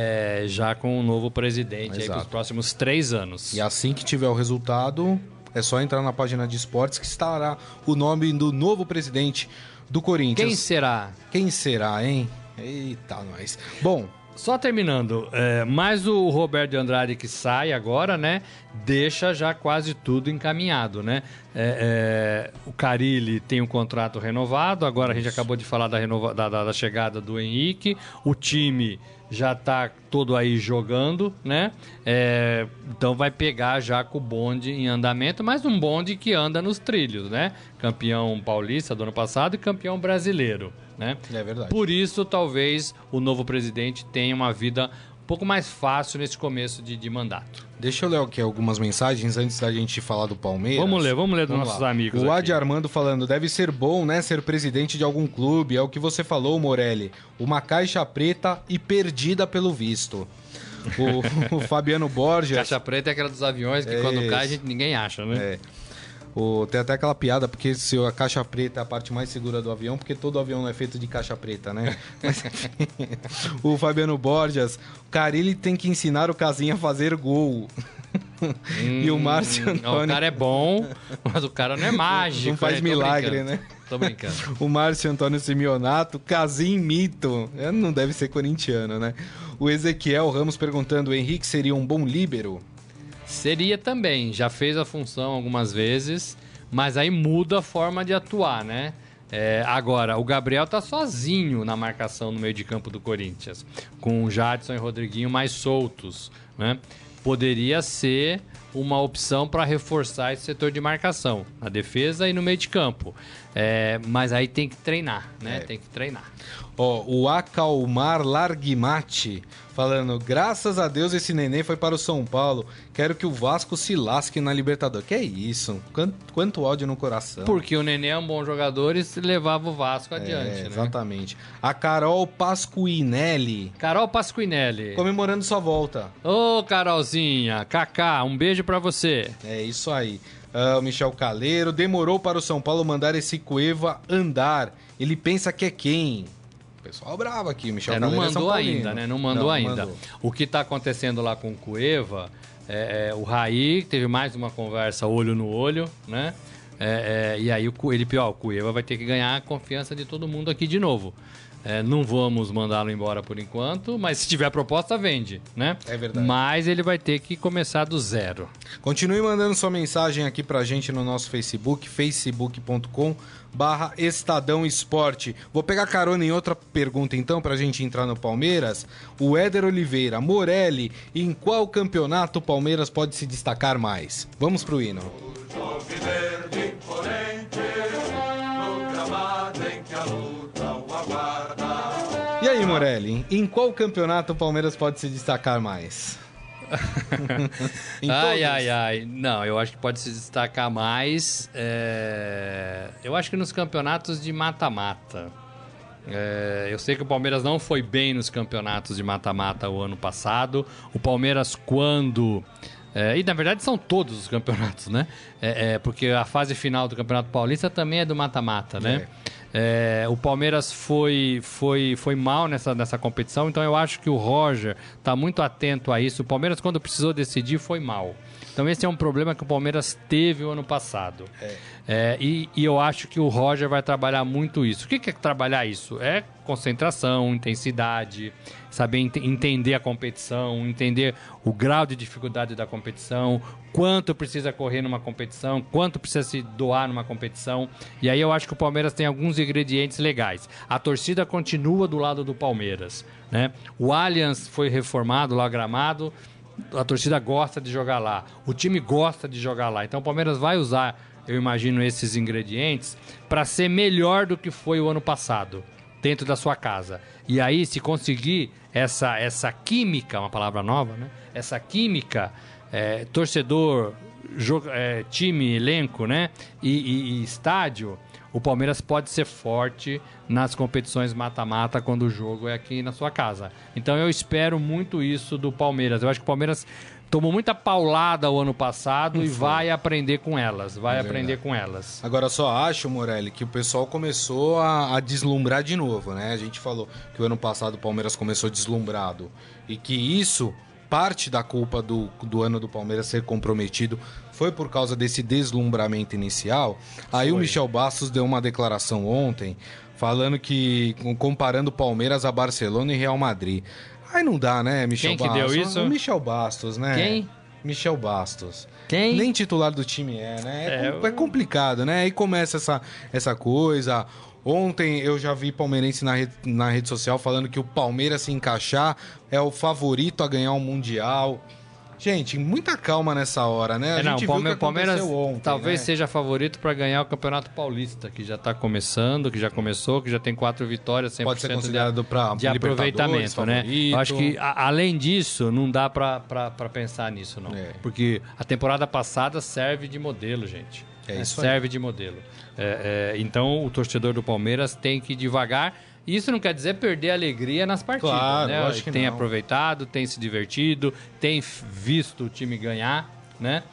Já com um novo presidente aí para os próximos 3 anos. E assim que tiver o resultado, é só entrar na página de esportes que estará o nome do novo presidente do Corinthians. Quem será? Quem será, hein? Eita, nós. Bom, só terminando, mais o Roberto de Andrade que sai agora, né? Deixa já quase tudo encaminhado, né? O Carille tem um contrato renovado, agora a gente acabou de falar da chegada do Henrique, o time já está todo aí jogando, né? Então vai pegar já com o bonde em andamento, mas um bonde que anda nos trilhos, né? Campeão paulista do ano passado e campeão brasileiro, né? É verdade. Por isso, talvez, o novo presidente tenha uma vida um pouco mais fácil nesse começo de mandato. Deixa eu ler aqui algumas mensagens antes da gente falar do Palmeiras. Vamos ler dos nossos amigos. O Adi aqui. Armando falando, deve ser bom, né, ser presidente de algum clube, é o que você falou, Morelli. Uma caixa preta e perdida pelo visto. O Fabiano Borges... Caixa preta é aquela dos aviões que quando cai ninguém acha, né? Tem até aquela piada, porque se a caixa preta é a parte mais segura do avião, porque todo avião não é feito de caixa preta, né? Mas, enfim, o Fabiano Borges, o Carille tem que ensinar o Casinha a fazer gol. E o Márcio Antônio... O cara é bom, mas o cara não é mágico. Não faz milagre, né? Tô brincando. O Márcio Antônio Simeonato, Casim mito. Não deve ser corintiano, né? O Ezequiel Ramos perguntando, o Henrique seria um bom líbero? Seria também, já fez a função algumas vezes, mas aí muda a forma de atuar, né? Agora, o Gabriel tá sozinho na marcação no meio de campo do Corinthians, com o Jadson e o Rodriguinho mais soltos, né? Poderia ser uma opção para reforçar esse setor de marcação, na defesa e no meio de campo. Mas aí tem que treinar, né? Tem que treinar. O Acalmar Larguimate falando, graças a Deus esse neném foi para o São Paulo, quero que o Vasco se lasque na Libertadores. Que é isso? Quanto ódio no coração. Porque o neném é um bom jogador e levava o Vasco adiante, né? Exatamente. A Carol Pasquinelli. Carol Pasquinelli. Comemorando sua volta. Ô, Carolzinha, Kaká, um beijo pra você. É isso aí. O Michel Caleiro, demorou para o São Paulo mandar esse Cueva andar. Ele pensa que é quem? O pessoal bravo aqui, o Michel não Caleiro mandou é ainda, né? Não mandou ainda. Mandou. O que tá acontecendo lá com o Cueva, o Raí teve mais uma conversa olho no olho, né? E aí o Cueva vai ter que ganhar a confiança de todo mundo aqui de novo. Não vamos mandá-lo embora por enquanto, mas se tiver proposta, vende, né? É verdade. Mas ele vai ter que começar do zero. Continue mandando sua mensagem aqui pra gente no nosso Facebook, facebook.com/Estadão Esporte. Vou pegar carona em outra pergunta então pra gente entrar no Palmeiras. O Éder Oliveira, Morelli, em qual campeonato o Palmeiras pode se destacar mais? Vamos pro hino. Verde imponente, no gramado em que a luta o aguarda. E aí, Morelli, em qual campeonato o Palmeiras pode se destacar mais? Em todos? Ai. Não, eu acho que pode se destacar mais. Eu acho que nos campeonatos de mata-mata. Eu sei que o Palmeiras não foi bem nos campeonatos de mata-mata o ano passado. O Palmeiras, quando... e na verdade são todos os campeonatos, né? Porque a fase final do Campeonato Paulista também é do mata-mata, né? O Palmeiras foi mal nessa competição, então eu acho que o Roger está muito atento a isso. O Palmeiras, quando precisou decidir, foi mal. Então esse é um problema que o Palmeiras teve o ano passado. E eu acho que o Roger vai trabalhar muito isso. O que é trabalhar isso? É concentração, intensidade, saber entender a competição, entender o grau de dificuldade da competição, quanto precisa correr numa competição, quanto precisa se doar numa competição. E aí eu acho que o Palmeiras tem alguns ingredientes legais. A torcida continua do lado do Palmeiras, né? O Allianz foi reformado lá, gramado. A torcida gosta de jogar lá, o time gosta de jogar lá. Então o Palmeiras vai usar, eu imagino, esses ingredientes para ser melhor do que foi o ano passado, dentro da sua casa. E aí, se conseguir essa química, uma palavra nova, né? Essa química, torcedor, time, elenco, né? E estádio, o Palmeiras pode ser forte nas competições mata-mata quando o jogo é aqui na sua casa. Então eu espero muito isso do Palmeiras. Eu acho que o Palmeiras tomou muita paulada o ano passado e vai aprender com elas. Agora, só acho, Morelli, que o pessoal começou a deslumbrar de novo, né? A gente falou que o ano passado o Palmeiras começou deslumbrado e que isso... Parte da culpa do ano do Palmeiras ser comprometido foi por causa desse deslumbramento inicial. Aí o Michel Bastos deu uma declaração ontem falando que, comparando Palmeiras a Barcelona e Real Madrid. Aí não dá, né, Michel Bastos? Quem que deu isso? O Michel Bastos, né? Quem? Michel Bastos. Quem? Nem titular do time né? É complicado, né? Aí começa essa coisa... Ontem eu já vi palmeirense na rede social falando que o Palmeiras, se encaixar, é o favorito a ganhar o Mundial. Gente, muita calma nessa hora, né? A gente viu o que Palmeiras ontem, talvez né? seja favorito para ganhar o Campeonato Paulista, que já está começando, que já começou, que já tem 4 vitórias, 100% Pode ser considerado de aproveitamento, né? Eu acho que, além disso, não dá para pensar nisso, não. Porque a temporada passada serve de modelo, gente. Serve de modelo. Então, o torcedor do Palmeiras tem que ir devagar. Isso não quer dizer perder a alegria nas partidas, claro, né? Acho que tem não. aproveitado, tem se divertido, tem visto o time ganhar, né?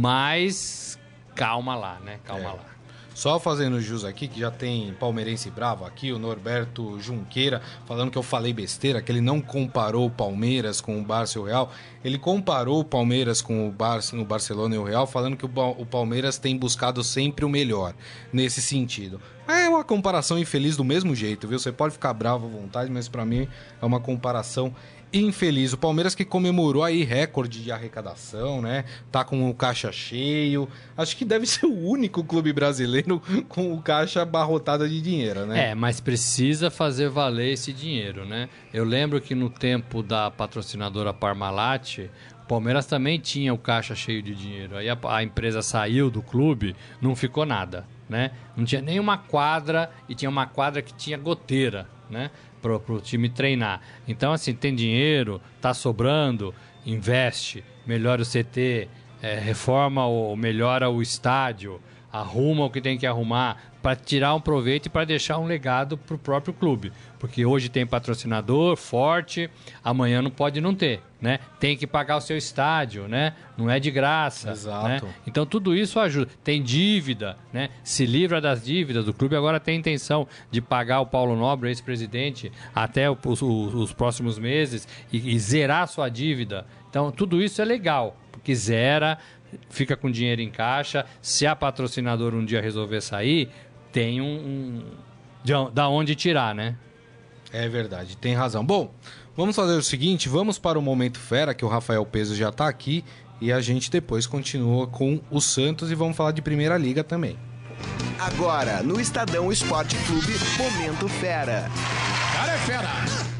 Mas calma lá, né? Calma lá. Só fazendo jus aqui, que já tem palmeirense bravo aqui, o Norberto Junqueira, falando que eu falei besteira, que ele não comparou o Palmeiras com o Barça e o Real. Ele comparou o Palmeiras com o Barcelona e o Real, falando que o Palmeiras tem buscado sempre o melhor, nesse sentido. É uma comparação infeliz do mesmo jeito, viu? Você pode ficar bravo à vontade, mas pra mim é uma comparação infeliz. O Palmeiras que comemorou aí recorde de arrecadação, né? Tá com o caixa cheio. Acho que deve ser o único clube brasileiro com o caixa abarrotado de dinheiro, né? Mas precisa fazer valer esse dinheiro, né? Eu lembro que no tempo da patrocinadora Parmalat, o Palmeiras também tinha o caixa cheio de dinheiro. Aí a empresa saiu do clube, não ficou nada, né? Não tinha nenhuma quadra e tinha uma quadra que tinha goteira, né? Pro time treinar. Então, assim, tem dinheiro, tá sobrando, investe, melhora o CT, reforma ou melhora o estádio, arruma o que tem que arrumar para tirar um proveito e para deixar um legado pro próprio clube. Porque hoje tem patrocinador forte, amanhã não pode não ter, né? Tem que pagar o seu estádio, né? Não é de graça. Exato. Né? Então tudo isso ajuda. Tem dívida, né? Se livra das dívidas. O clube agora tem intenção de pagar o Paulo Nobre, ex-presidente, até os próximos meses e zerar sua dívida. Então tudo isso é legal, porque zera, fica com dinheiro em caixa. Se a patrocinadora um dia resolver sair, tem da onde tirar, né? É verdade, tem razão. Bom, vamos fazer o seguinte, vamos para o Momento Fera, que o Rafael Peso já tá aqui, e a gente depois continua com o Santos e vamos falar de Primeira Liga também. Agora, no Estadão Esporte Clube, Momento Fera. Cara é fera!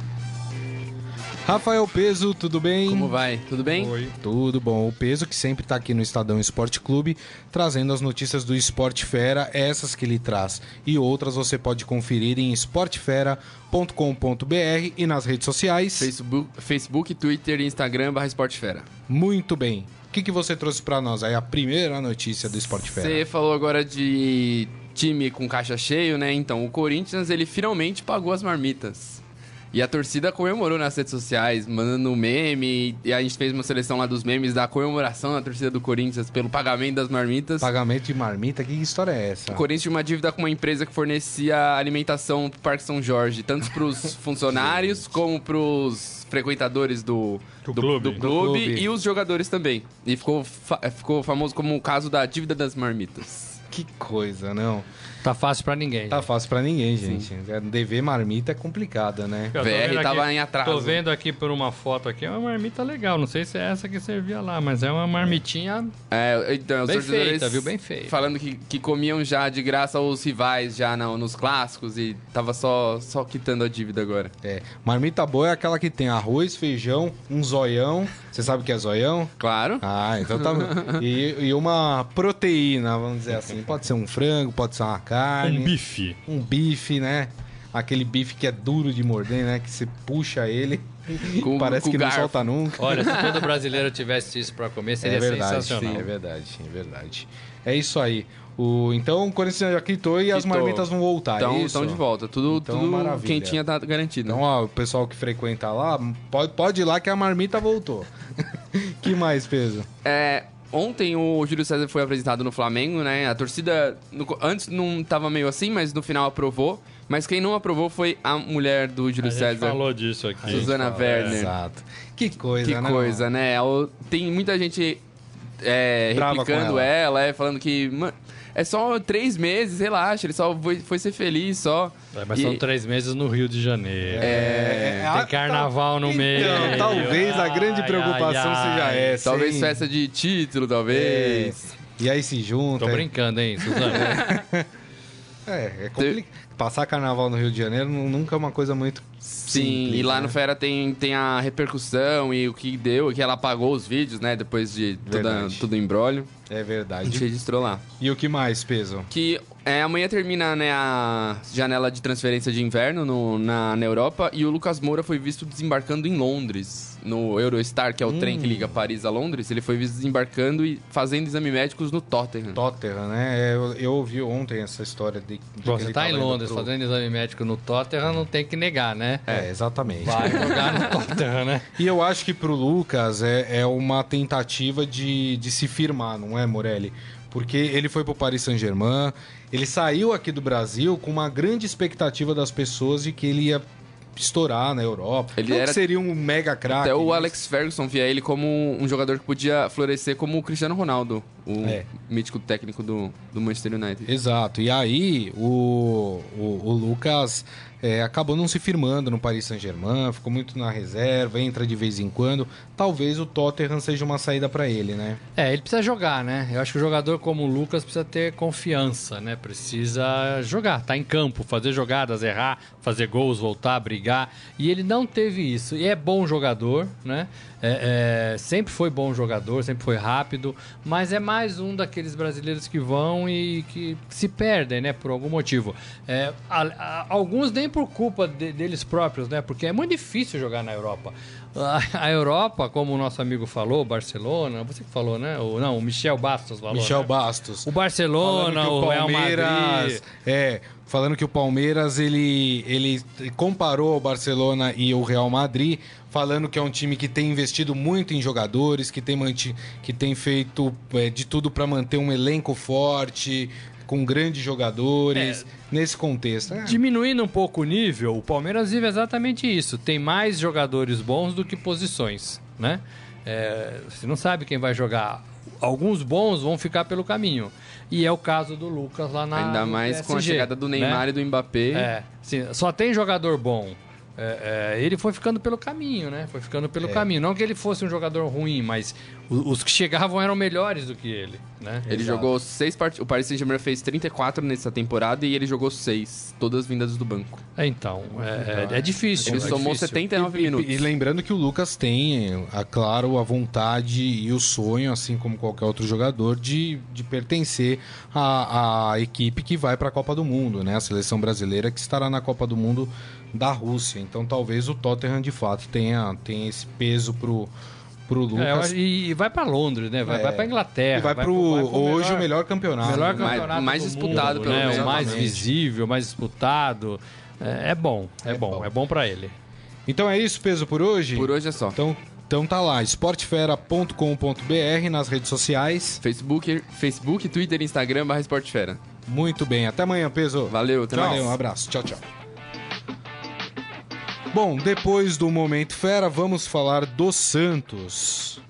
Rafael Peso, tudo bem? Como vai? Tudo bem? Oi. Tudo bom. O Peso que sempre está aqui no Estadão Esporte Clube, trazendo as notícias do Esporte Fera, essas que ele traz. E outras você pode conferir em esportefera.com.br e nas redes sociais. Facebook, Twitter e Instagram /esportefera. Muito bem. O que você trouxe para nós aí? A primeira notícia do Esporte Fera. Você falou agora de time com caixa cheio, né? Então, o Corinthians, ele finalmente pagou as marmitas. E a torcida comemorou nas redes sociais, mandando meme. E a gente fez uma seleção lá dos memes da comemoração da torcida do Corinthians pelo pagamento das marmitas. Pagamento de marmita? Que história é essa? O Corinthians tinha uma dívida com uma empresa que fornecia alimentação pro Parque São Jorge, tanto pros funcionários como pros frequentadores do clube e os jogadores também. E ficou famoso como o caso da dívida das marmitas. Que coisa, não? Tá fácil pra ninguém. Tá fácil pra ninguém, gente. Dever marmita é complicada, né? Eu tô vendo VR tava aqui- em atraso. Tô vendo aqui por uma foto aqui, é uma marmita legal. Não sei se é essa que servia lá, mas é uma marmitinha Então, os bem torcedores feita, viu? Bem feita. falando que comiam já de graça os rivais já nos clássicos e tava só quitando a dívida agora. É. Marmita boa é aquela que tem arroz, feijão, um zoião. Você sabe o que é zoião? Claro. Ah, então tá. E uma proteína, vamos dizer assim. Pode ser um frango, pode ser uma carne. bife. Um bife, né? Aquele bife que é duro de morder, né? Que você puxa ele, parece com que não garfo. solta nunca. Olha, se todo brasileiro tivesse isso pra comer, seria É verdade, sensacional. sim, é verdade. É isso aí. Então o Corinthians já quitou e as Quitou. marmitas vão voltar, é isso? Estão de volta. Tudo Então, maravilha. quentinha tá garantido. Então, ó, o pessoal que frequenta lá, pode ir lá que a marmita voltou. Que mais, Peso? Ontem o Júlio César foi apresentado no Flamengo, né? A torcida antes não tava meio assim, mas no final aprovou. Mas quem não aprovou foi a mulher do Júlio A gente César, falou disso aqui. Susana Werner. Exato. Que coisa, Que né? coisa, né? Tem muita gente Brava com replicando ela, falando que é só 3 meses, relaxa, ele só foi ser feliz só. Mas são 3 meses no Rio de Janeiro. Tem carnaval no meio. Então, talvez a grande preocupação seja essa. Talvez hein? festa de título, talvez. E aí se junta. Tô brincando, hein, Suzana? É complicado. Passar carnaval no Rio de Janeiro nunca é uma coisa muito Sim, simples, e lá né? no Fera tem a repercussão e o que deu, que ela apagou os vídeos, né? Depois de tudo embrólio. É A verdade. gente registrou lá. E o que mais, Peso? Que amanhã termina, né, a janela de transferência de inverno na Europa e o Lucas Moura foi visto desembarcando em Londres, no Eurostar, que é o trem que liga Paris a Londres. Ele foi visto desembarcando e fazendo exame médicos no Tottenham. Tottenham, né? Eu ouvi ontem essa história de Bom, que você ele tá em tava indo Londres fazendo exame médico no Tottenham, não tem que negar, né? exatamente. Vai jogar no Tottenham, né? E eu acho que pro Lucas é uma tentativa de se firmar, não é, Morelli? Porque ele foi pro Paris Saint-Germain, ele saiu aqui do Brasil com uma grande expectativa das pessoas de que ele ia estourar na Europa. Ele Não que era- seria um mega craque. Até o mas- Alex Ferguson via ele como um jogador que podia florescer como o Cristiano Ronaldo, o mítico técnico do Manchester United. Exato. E aí o Lucas acabou não se firmando no Paris Saint-Germain, ficou muito na reserva, entra de vez em quando. Talvez o Tottenham seja uma saída para ele, né? Ele precisa jogar, né? Eu acho que o jogador como o Lucas precisa ter confiança, né? Precisa jogar, tá em campo, fazer jogadas, errar, fazer gols, voltar, brigar. E ele não teve isso. E é bom jogador, né? Sempre foi bom jogador, sempre foi rápido, mas é mais um daqueles brasileiros que vão e que se perdem, né? Por algum motivo. Alguns nem por culpa deles próprios, né? Porque é muito difícil jogar na Europa. A Europa, como o nosso amigo falou, Barcelona, você que falou, né? O Michel Bastos falou. Michel né? Bastos. O Barcelona, Falando que o Real Madrid. Falando que o Palmeiras ele comparou o Barcelona e o Real Madrid, falando que é um time que tem investido muito em jogadores, que tem feito de tudo para manter um elenco forte, com grandes jogadores, nesse contexto. Diminuindo um pouco o nível, o Palmeiras vive exatamente isso. Tem mais jogadores bons do que posições, né? Você não sabe quem vai jogar. Alguns bons vão ficar pelo caminho. E é o caso do Lucas lá Ainda no mais PSG, com a chegada do Neymar né? e do Mbappé. Sim, só tem jogador bom ele foi ficando pelo caminho, né? Foi ficando pelo caminho. Não que ele fosse um jogador ruim, mas os que chegavam eram melhores do que ele, né? Ele jogou 6 partidas. O Paris Saint-Germain fez 34 nessa temporada e ele jogou 6, todas vindas do banco. Então, é difícil. Ele somou 79 minutos. E lembrando que o Lucas tem, claro, a vontade e o sonho, assim como qualquer outro jogador, de pertencer à equipe que vai para a Copa do Mundo, né? A seleção brasileira que estará na Copa do Mundo da Rússia. Então talvez o Tottenham de fato tenha esse peso pro Lucas. E vai para Londres, né? Vai para Inglaterra. E vai pro hoje o melhor campeonato. Mais disputado, pelo menos. O mais visível, mais disputado. É bom para ele. Então é isso, peso, por hoje? Por hoje é só. Então tá lá, esportefera.com.br nas redes sociais. Facebook, Twitter, Instagram, /Esportefera. Muito bem, até amanhã, peso. Valeu, até mais. Um abraço, tchau. Bom, depois do Momento Fera, vamos falar do Santos.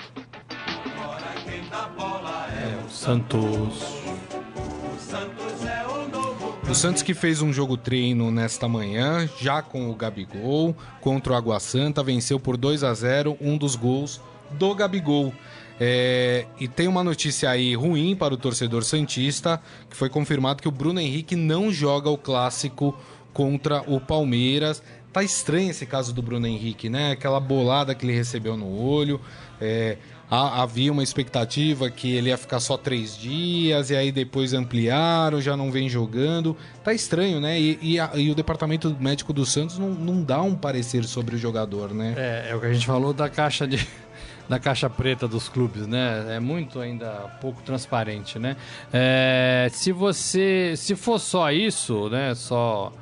O Santos que fez um jogo treino nesta manhã, já com o Gabigol, contra o Água Santa, venceu por 2-0, um dos gols do Gabigol. E tem uma notícia aí ruim para o torcedor santista, que foi confirmado que o Bruno Henrique não joga o clássico contra o Palmeiras. Tá estranho esse caso do Bruno Henrique, né? Aquela bolada que ele recebeu no olho. Havia uma expectativa que ele ia ficar só 3 dias, e aí depois ampliaram, já não vem jogando. Tá estranho, né? E o departamento médico do Santos não dá um parecer sobre o jogador, né? É o que a gente falou da caixa preta dos clubes, né? É muito ainda pouco transparente, né? Se for só isso, né? Só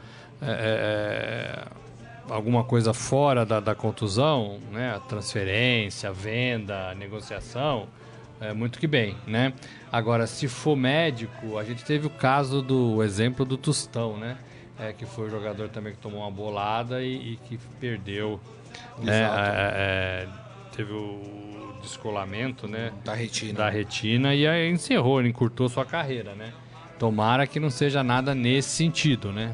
alguma coisa fora da contusão, né? A transferência, a venda, a negociação, muito que bem, né? Agora, se for médico, a gente teve o exemplo do Tostão, né? Que foi o jogador também que tomou uma bolada e que perdeu, né? Teve o descolamento, né? Da retina e aí encerrou, encurtou sua carreira, né? Tomara que não seja nada nesse sentido, né?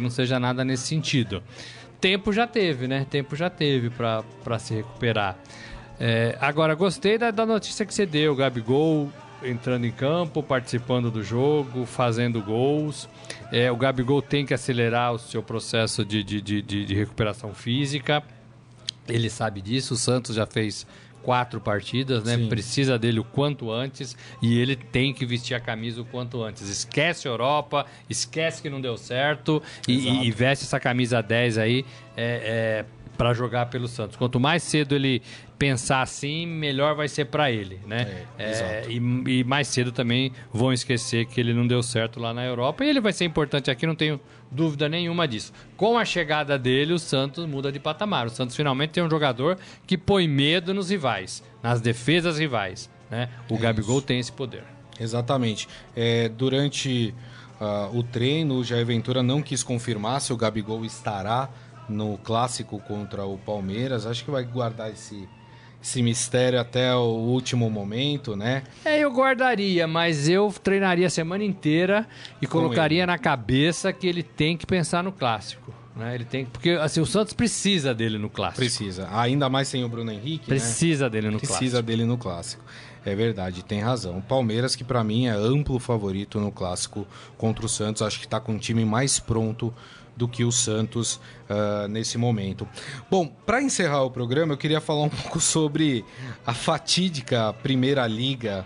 Tempo já teve, né? Para se recuperar. Agora, gostei da notícia que você deu, o Gabigol entrando em campo, participando do jogo, fazendo gols. O Gabigol tem que acelerar o seu processo de recuperação física. Ele sabe disso, o Santos já fez 4 partidas, né? Sim. Precisa dele o quanto antes e ele tem que vestir a camisa o quanto antes. Esquece a Europa, esquece que não deu certo e veste essa camisa 10 aí para jogar pelo Santos. Quanto mais cedo ele pensar assim, melhor vai ser para ele, né? E mais cedo também vão esquecer que ele não deu certo lá na Europa e ele vai ser importante aqui, não tenho dúvida nenhuma disso. Com a chegada dele, o Santos muda de patamar. O Santos finalmente tem um jogador que põe medo nos rivais, nas defesas rivais, né? O Gabigol tem esse poder. Exatamente. Durante o treino, o Jair Ventura não quis confirmar se o Gabigol estará no clássico contra o Palmeiras. Acho que vai guardar esse mistério até o último momento, né? Eu guardaria, mas eu treinaria a semana inteira e colocaria na cabeça que ele tem que pensar no clássico, né? Porque assim, o Santos precisa dele no clássico. Precisa, ainda mais sem o Bruno Henrique, precisa dele no clássico. É verdade, tem razão. O Palmeiras, que para mim é amplo favorito no clássico contra o Santos, acho que está com um time mais pronto do que o Santos nesse momento. Bom, para encerrar o programa, eu queria falar um pouco sobre a fatídica Primeira Liga.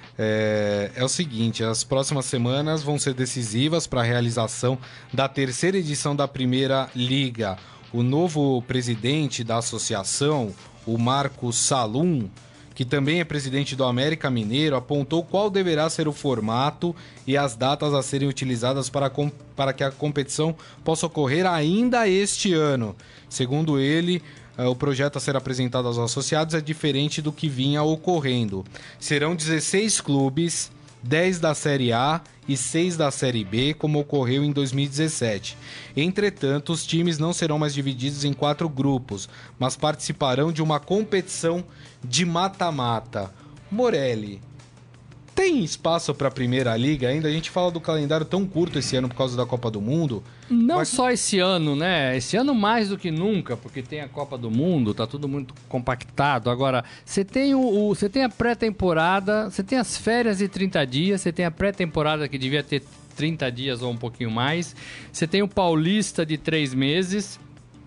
É o seguinte, as próximas semanas vão ser decisivas para a realização da 3ª edição da Primeira Liga. O novo presidente da associação, o Marcos Salum, que também é presidente do América Mineiro, apontou qual deverá ser o formato e as datas a serem utilizadas para que a competição possa ocorrer ainda este ano. Segundo ele, o projeto a ser apresentado aos associados é diferente do que vinha ocorrendo. Serão 16 clubes, 10 da Série A e 6 da Série B, como ocorreu em 2017. Entretanto, os times não serão mais divididos em 4 grupos, mas participarão de uma competição de mata-mata. Morelli, Tem espaço para a Primeira Liga ainda? A gente fala do calendário tão curto esse ano por causa da Copa do Mundo. Não só esse ano, né? Esse ano mais do que nunca, porque tem a Copa do Mundo, tá tudo muito compactado. Agora, você tem você tem a pré-temporada, você tem as férias de 30 dias, você tem a pré-temporada que devia ter 30 dias ou um pouquinho mais. Você tem o Paulista de 3 meses,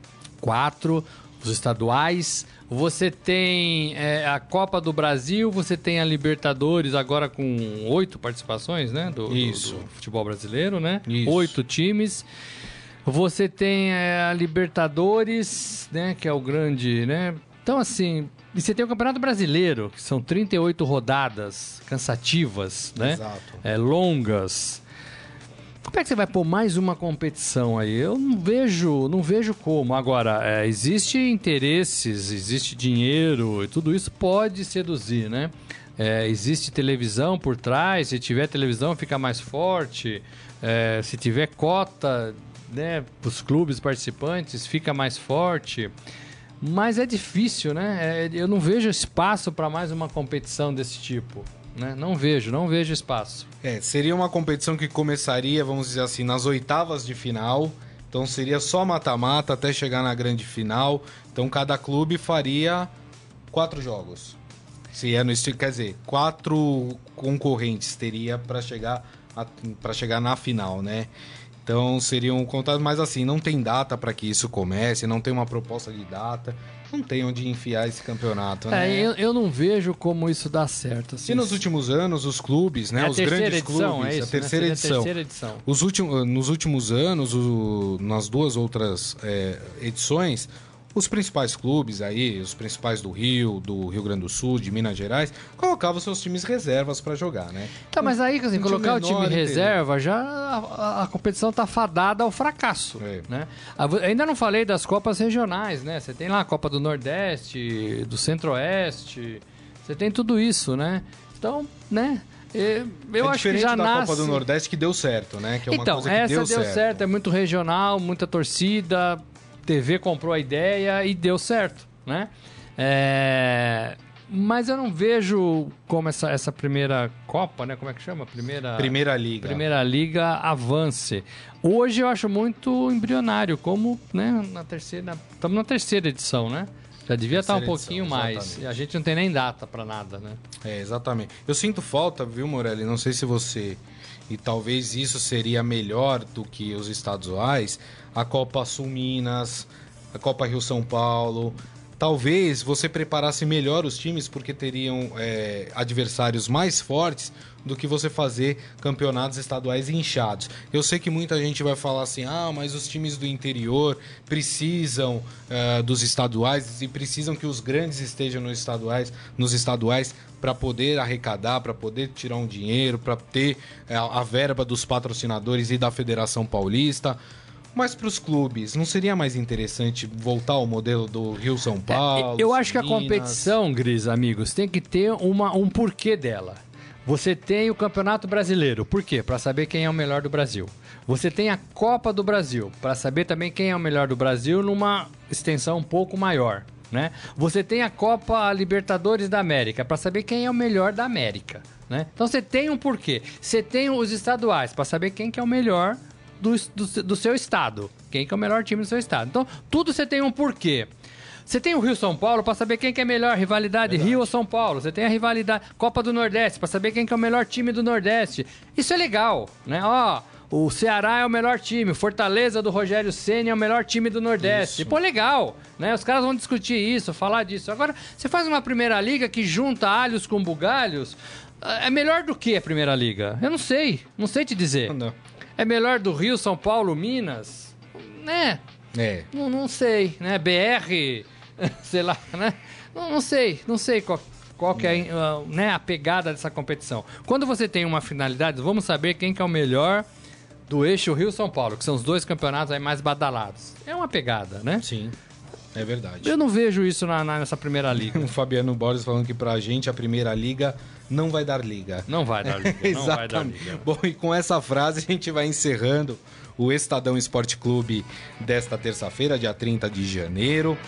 4, os estaduais. Você tem a Copa do Brasil, você tem a Libertadores agora com 8 participações, né? Do futebol brasileiro, né? Isso. 8 times. Você tem a Libertadores, né? Que é o grande, né? Então, assim... E você tem o Campeonato Brasileiro, que são 38 rodadas cansativas, né? Exato. Longas. Como é que você vai pôr mais uma competição aí? Eu não vejo como. Agora, existe interesses, existe dinheiro e tudo isso pode seduzir, né? Existe televisão por trás, se tiver televisão fica mais forte, se tiver cota, né, para os clubes participantes fica mais forte. Mas é difícil, né? Eu não vejo espaço para mais uma competição desse tipo. Né? Não vejo espaço. Seria uma competição que começaria, vamos dizer assim, nas oitavas de final. Então seria só mata-mata até chegar na grande final. Então cada clube faria 4 jogos. Se é no estilo, quer dizer, 4 concorrentes teria para chegar na final, né? Então seriam contados, mas assim, não tem data para que isso comece, não tem uma proposta de data. Não tem onde enfiar esse campeonato, né? Eu não vejo como isso dá certo. Assim. E nos últimos anos, os clubes, né? Os grandes edição, clubes, a terceira edição. Nos últimos anos, nas 2 outras edições, os principais clubes aí, os principais do Rio Grande do Sul, de Minas Gerais, colocavam seus times reservas para jogar, né? Tá, mas aí, assim, colocar o time reserva, já a competição tá fadada ao fracasso, né? Ainda não falei das Copas regionais, né? Você tem lá a Copa do Nordeste, do Centro-Oeste, você tem tudo isso, né? Então, né... Eu acho que já da Copa do Nordeste que deu certo, né? Que é uma coisa que essa deu certo, é muito regional, muita torcida... TV comprou a ideia e deu certo, né? Mas eu não vejo como essa primeira Copa, né? Como é que chama? Primeira Liga. Primeira Liga avance. Hoje eu acho muito embrionário, como, né? Estamos na terceira edição, né? Já devia estar um pouquinho mais. Exatamente. A gente não tem nem data para nada, né? Exatamente. Eu sinto falta, viu, Morelli? Não sei se você... E talvez isso seria melhor do que os estaduais, a Copa Sul Minas, a Copa Rio São Paulo. Talvez você preparasse melhor os times porque teriam adversários mais fortes do que você fazer campeonatos estaduais inchados. Eu sei que muita gente vai falar assim, mas os times do interior precisam dos estaduais e precisam que os grandes estejam nos estaduais para poder arrecadar, para poder tirar um dinheiro, para ter a verba dos patrocinadores e da Federação Paulista. Mas para os clubes, não seria mais interessante voltar ao modelo do Rio-São Paulo? Eu acho que a competição, Gris, amigos, tem que ter um porquê dela. Você tem o Campeonato Brasileiro. Por quê? Para saber quem é o melhor do Brasil. Você tem a Copa do Brasil. Para saber também quem é o melhor do Brasil numa extensão um pouco maior, né? Você tem a Copa Libertadores da América. Para saber quem é o melhor da América, né? Então você tem um porquê. Você tem os estaduais. Para saber quem que é o melhor do seu estado. Quem que é o melhor time do seu estado. Então, tudo você tem um porquê. Você tem o Rio-São Paulo para saber quem que é melhor, rivalidade Rio ou São Paulo. Você tem a rivalidade Copa do Nordeste para saber quem que é o melhor time do Nordeste. Isso é legal, né? O Ceará é o melhor time, o Fortaleza do Rogério Ceni é o melhor time do Nordeste. Isso. Pô, legal, né? Os caras vão discutir isso, falar disso. Agora, você faz uma Primeira Liga que junta alhos com bugalhos, é melhor do que a Primeira Liga? Eu não sei te dizer. Não. É melhor do Rio, São Paulo, Minas? Né? Não sei, né? BR, sei lá, né? Não sei qual que é né, a pegada dessa competição. Quando você tem uma finalidade, vamos saber quem que é o melhor do eixo Rio-São Paulo, que são os 2 campeonatos aí mais badalados. É uma pegada, né? Sim, é verdade. Eu não vejo isso nessa Primeira Liga. O Fabiano Borges falando que pra gente a Primeira Liga não vai dar liga. Não vai dar liga, não vai dar liga. Bom, e com essa frase a gente vai encerrando o Estadão Esporte Clube desta terça-feira, dia 30 de janeiro.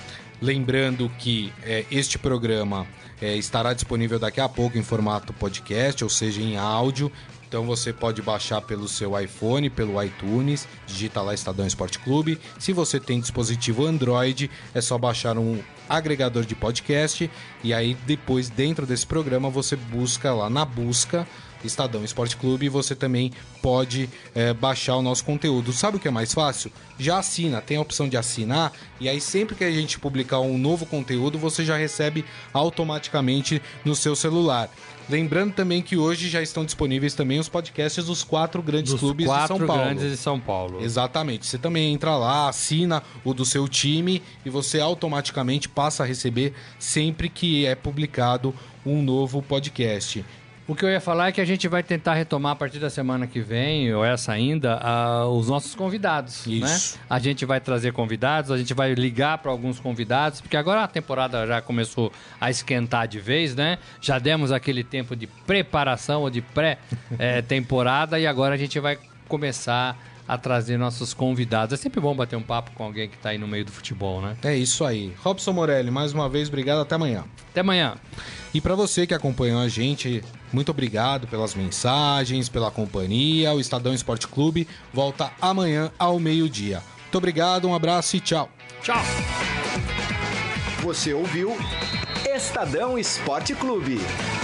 Lembrando que este programa estará disponível daqui a pouco em formato podcast, ou seja, em áudio. Então você pode baixar pelo seu iPhone, pelo iTunes, digita lá Estadão Esporte Clube. Se você tem dispositivo Android, é só baixar um agregador de podcast e aí depois dentro desse programa você busca lá na busca Estadão Esporte Clube e você também pode baixar o nosso conteúdo. Sabe o que é mais fácil? Já assina, tem a opção de assinar e aí sempre que a gente publicar um novo conteúdo você já recebe automaticamente no seu celular. Lembrando também que hoje já estão disponíveis também os podcasts dos 4 grandes clubes de São Paulo. 4 grandes de São Paulo. Exatamente. Você também entra lá, assina o do seu time e você automaticamente passa a receber sempre que é publicado um novo podcast. O que eu ia falar é que a gente vai tentar retomar a partir da semana que vem, ou essa ainda, os nossos convidados. Isso. Né? A gente vai trazer convidados, a gente vai ligar para alguns convidados, porque agora a temporada já começou a esquentar de vez, né? Já demos aquele tempo de preparação ou de pré-temporada e agora a gente vai começar a trazer nossos convidados. É sempre bom bater um papo com alguém que está aí no meio do futebol, né? É isso aí. Robson Morelli, mais uma vez, obrigado. Até amanhã. Até amanhã. E para você que acompanhou a gente, muito obrigado pelas mensagens, pela companhia. O Estadão Esporte Clube volta amanhã ao meio-dia. Muito obrigado, um abraço e tchau. Tchau. Você ouviu Estadão Esporte Clube.